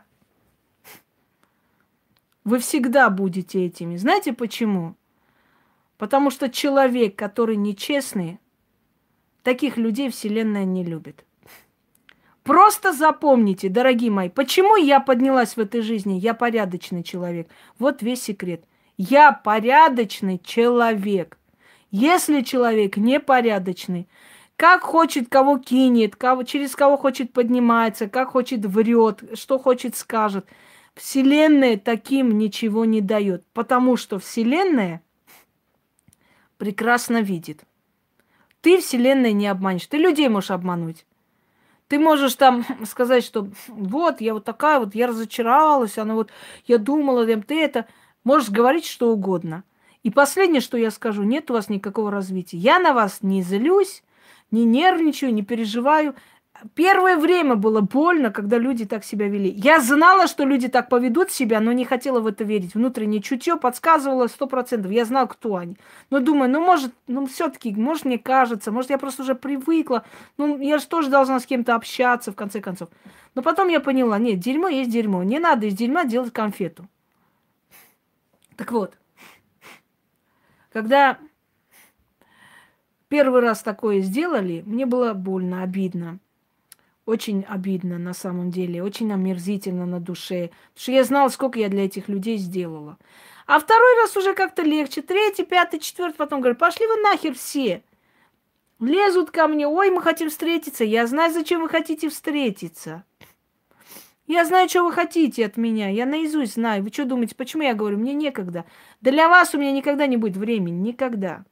Вы всегда будете этими. Знаете почему? Потому что человек, который нечестный, таких людей Вселенная не любит. Просто запомните, дорогие мои, почему я поднялась в этой жизни? Я порядочный человек. Вот весь секрет. Я порядочный человек. Если человек непорядочный, как хочет, кого кинет, кого, через кого хочет поднимается, как хочет врет, что хочет скажет, Вселенная таким ничего не дает, потому что Вселенная прекрасно видит. Ты Вселенной не обманешь, ты людей можешь обмануть. Ты можешь там сказать, что вот, я вот такая вот, я разочаровалась, она вот, я думала, ты это... Можешь говорить что угодно. И последнее, что я скажу, нет у вас никакого развития. Я на вас не злюсь, не нервничаю, не переживаю. Первое время было больно, когда люди так себя вели. Я знала, что люди так поведут себя, но не хотела в это верить. Внутреннее чутье подсказывало сто процентов. Я знала, кто они. Но думаю, ну, может, ну, все-таки, может, мне кажется, может, я просто уже привыкла. Ну, я же тоже должна с кем-то общаться, в конце концов. Но потом я поняла, нет, дерьмо есть дерьмо. Не надо из дерьма делать конфету. Так вот, когда первый раз такое сделали, мне было больно, обидно. Очень обидно на самом деле, очень омерзительно на душе. Потому что я знала, сколько я для этих людей сделала. А второй раз уже как-то легче. Третий, пятый, четвертый, потом говорю, пошли вы нахер все. Лезут ко мне, ой, мы хотим встретиться. Я знаю, зачем вы хотите встретиться. Я знаю, что вы хотите от меня. Я наизусть знаю. Вы что думаете, почему я говорю? Мне некогда. Для вас у меня никогда не будет времени. Никогда.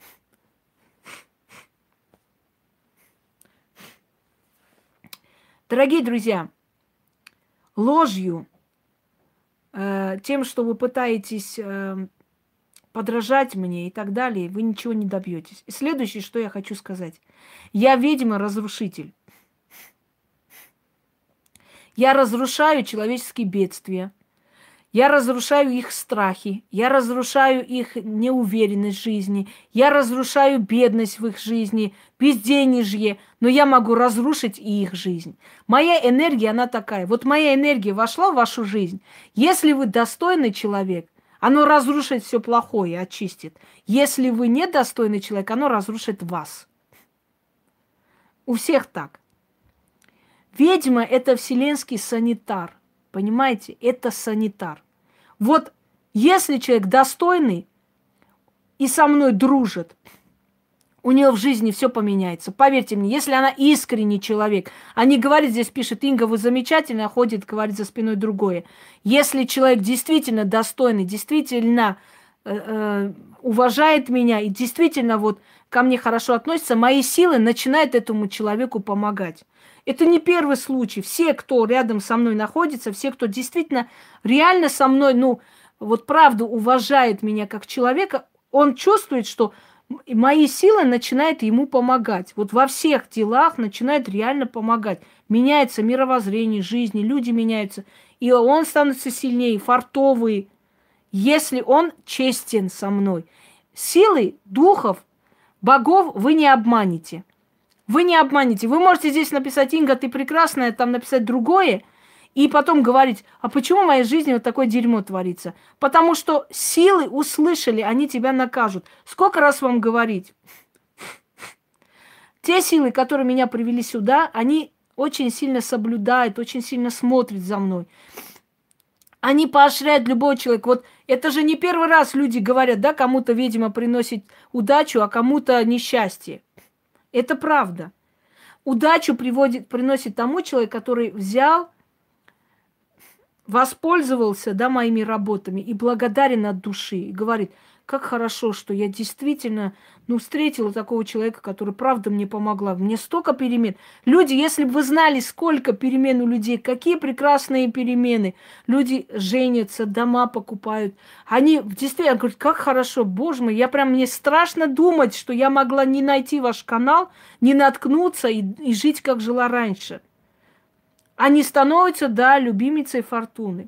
Дорогие друзья, ложью, э, тем, что вы пытаетесь э, подражать мне и так далее, вы ничего не добьетесь. И следующее, что я хочу сказать. Я ведьма-разрушитель. Я разрушаю человеческие бедствия. Я разрушаю их страхи. Я разрушаю их неуверенность в жизни. Я разрушаю бедность в их жизни, безденежье. Но я могу разрушить и их жизнь. Моя энергия, она такая. Вот моя энергия вошла в вашу жизнь. Если вы достойный человек, оно разрушит все плохое, очистит. Если вы недостойный человек, оно разрушит вас. У всех так. Ведьма – это вселенский санитар. Понимаете? Это санитар. Вот если человек достойный и со мной дружит, у нее в жизни все поменяется. Поверьте мне, если она искренний человек, а не говорит, здесь пишет, Инга, вы замечательная, ходит, говорит за спиной другое. Если человек действительно достойный, действительно э, э, уважает меня и действительно вот ко мне хорошо относится, мои силы начинают этому человеку помогать. Это не первый случай. Все, кто рядом со мной находится, все, кто действительно реально со мной, ну, вот правда уважает меня как человека, он чувствует, что мои силы начинают ему помогать. Вот во всех делах начинает реально помогать. Меняется мировоззрение жизни, люди меняются. И он становится сильнее, фартовый, если он честен со мной. Силы духов, богов вы не обманете. Вы не обманете. Вы можете здесь написать, Инга, ты прекрасная, там написать другое, и потом говорить, а почему в моей жизни вот такое дерьмо творится? Потому что силы услышали, они тебя накажут. Сколько раз вам говорить? Те силы, которые меня привели сюда, они очень сильно соблюдают, очень сильно смотрят за мной. Они поощряют любого человека. Вот это же не первый раз люди говорят, да, кому-то, видимо, приносит удачу, а кому-то несчастье. Это правда. Удачу приводит, приносит тому человек, который взял, воспользовался, да, моими работами и благодарен от души. И говорит, как хорошо, что я действительно, ну, встретила такого человека, который правда мне помогла. Мне столько перемен. Люди, если бы вы знали, сколько перемен у людей, какие прекрасные перемены. Люди женятся, дома покупают. Они действительно говорят, как хорошо, боже мой, я прям, мне страшно думать, что я могла не найти ваш канал, не наткнуться и, и жить, как жила раньше. Они становятся, да, любимицей фортуны.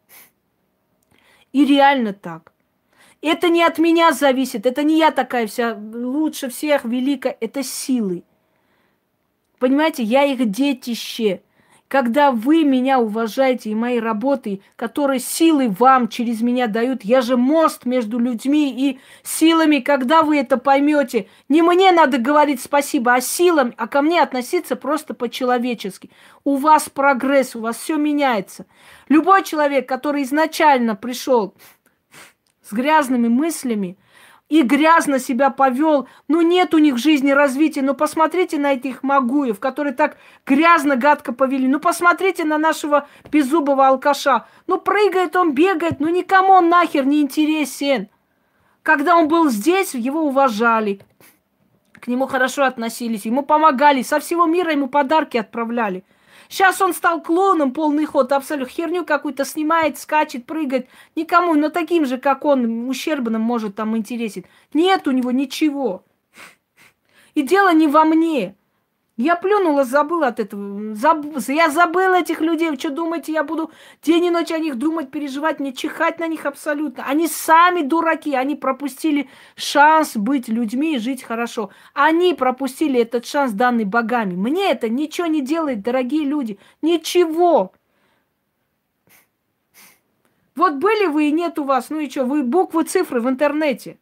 И реально так. Это не от меня зависит, это не я такая вся лучше всех, великая, это силы. Понимаете, я их детище. Когда вы меня уважаете и мои работы, которые силы вам через меня дают, я же мост между людьми и силами, когда вы это поймете, не мне надо говорить спасибо, а силам, а ко мне относиться просто по-человечески. У вас прогресс, у вас все меняется. Любой человек, который изначально пришел с грязными мыслями, и грязно себя повел, ну нет у них в жизни развития, ну посмотрите на этих магуев, которые так грязно, гадко повели, ну посмотрите на нашего беззубого алкаша, ну прыгает он, бегает, ну никому он нахер не интересен. Когда он был здесь, его уважали, к нему хорошо относились, ему помогали, со всего мира ему подарки отправляли. Сейчас он стал клоуном, полный ход, абсолютно херню какую-то снимает, скачет, прыгает. Никому, но таким же, как он, ущербным может там интересен. Нет у него ничего. И дело не во мне. Я плюнула, забыла от этого. Заб... Я забыла этих людей. Вы что думаете, я буду день и ночь о них думать, переживать, мне чихать на них абсолютно. Они сами дураки, они пропустили шанс быть людьми и жить хорошо. Они пропустили этот шанс, данный богами. Мне это ничего не делает, дорогие люди. Ничего. Вот были вы и нет у вас, ну и что, вы буквы, цифры в интернете.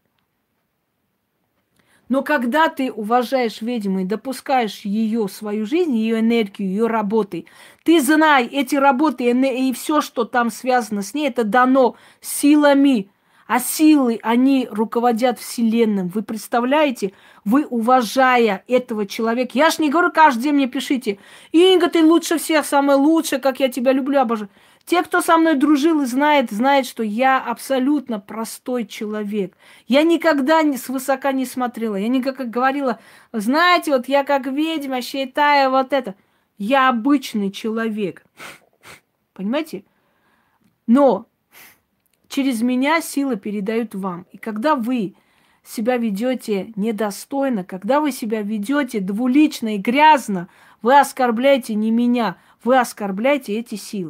Но когда ты уважаешь ведьму и допускаешь ее в свою жизнь, ее энергию, ее работы, ты знай, эти работы и все, что там связано с ней, это дано силами. А силы, они руководят Вселенным. Вы представляете? Вы, уважая этого человека... Я ж не говорю, каждый день мне пишите: Инга, ты лучше всех, самая лучшая, как я тебя люблю, обожаю. Те, кто со мной дружил и знает, знает, что я абсолютно простой человек. Я никогда свысока не смотрела. Я никогда говорила, знаете, вот я как ведьма считаю вот это. Я обычный человек. Понимаете? Но через меня силы передают вам. И когда вы себя ведете недостойно, когда вы себя ведете двулично и грязно, вы оскорбляете не меня, вы оскорбляете эти силы.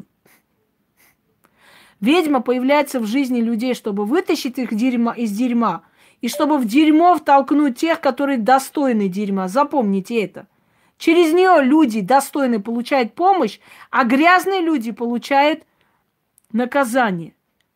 Ведьма появляется в жизни людей, чтобы вытащить их дерьма, из дерьма, и чтобы в дерьмо втолкнуть тех, которые достойны дерьма. Запомните это. Через нее люди достойные получают помощь, а грязные люди получают наказание.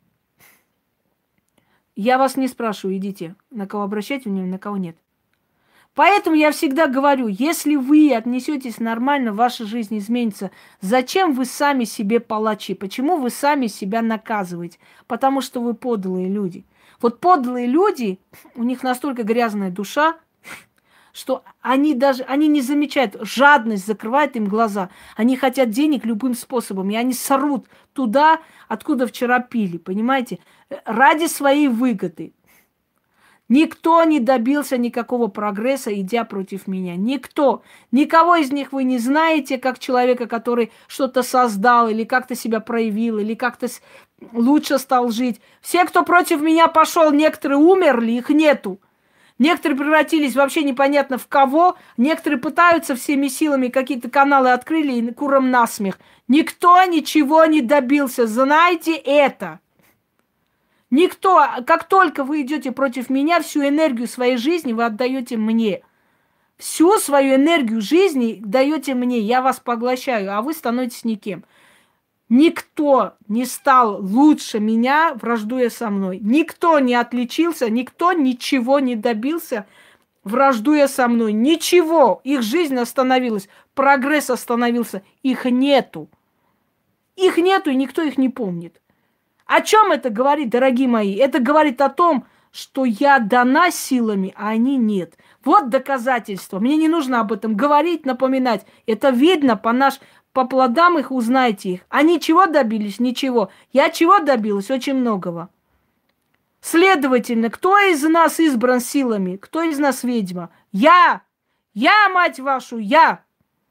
Я вас не спрашиваю, идите, на кого обращать внимание, на кого нет. Поэтому я всегда говорю, если вы отнесетесь нормально, ваша жизнь изменится. Зачем вы сами себе палачи? Почему вы сами себя наказываете? Потому что вы подлые люди. Вот подлые люди, у них настолько грязная душа, что они даже, они не замечают, жадность закрывает им глаза. Они хотят денег любым способом, и они сорут туда, откуда вчера пили, понимаете? Ради своей выгоды. Никто не добился никакого прогресса, идя против меня. Никто. Никого из них вы не знаете, как человека, который что-то создал, или как-то себя проявил, или как-то лучше стал жить. Все, кто против меня пошел, некоторые умерли, их нету. Некоторые превратились вообще непонятно в кого. Некоторые пытаются всеми силами, какие-то каналы открыли и курам насмех. Никто ничего не добился. Знайте это. Никто, как только вы идете против меня, всю энергию своей жизни вы отдаете мне. Всю свою энергию жизни даете мне, я вас поглощаю, а вы становитесь никем. Никто не стал лучше меня, враждуя со мной. Никто не отличился, никто ничего не добился, враждуя со мной. Ничего. Их жизнь остановилась, прогресс остановился. Их нету. Их нету, и никто их не помнит. О чем это говорит, дорогие мои? Это говорит о том, что я дана силами, а они нет. Вот доказательство. Мне не нужно об этом говорить, напоминать. Это видно по наш, по плодам их, узнаете их. Они чего добились? Ничего. Я чего добилась? Очень многого. Следовательно, кто из нас избран силами? Кто из нас ведьма? Я! Я, мать вашу, я!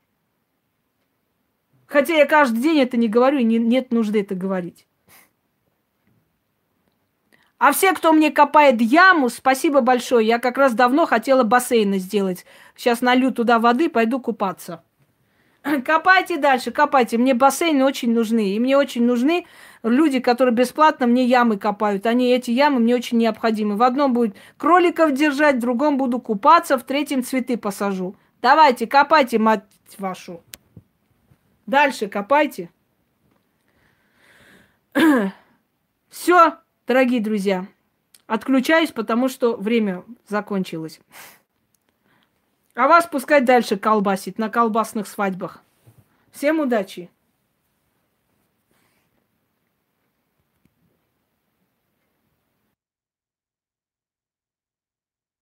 Хотя я каждый день это не говорю, и не, нет нужды это говорить. А все, кто мне копает яму, спасибо большое. Я как раз давно хотела бассейны сделать. Сейчас налью туда воды, пойду купаться. Копайте дальше, копайте. Мне бассейны очень нужны. И мне очень нужны люди, которые бесплатно мне ямы копают. Они, эти ямы мне очень необходимы. В одном будет кроликов держать, в другом буду купаться, в третьем цветы посажу. Давайте, копайте, мать вашу. Дальше копайте. Все, дорогие друзья. Отключаюсь, потому что время закончилось. А вас пускай дальше колбасит на колбасных свадьбах. Всем удачи!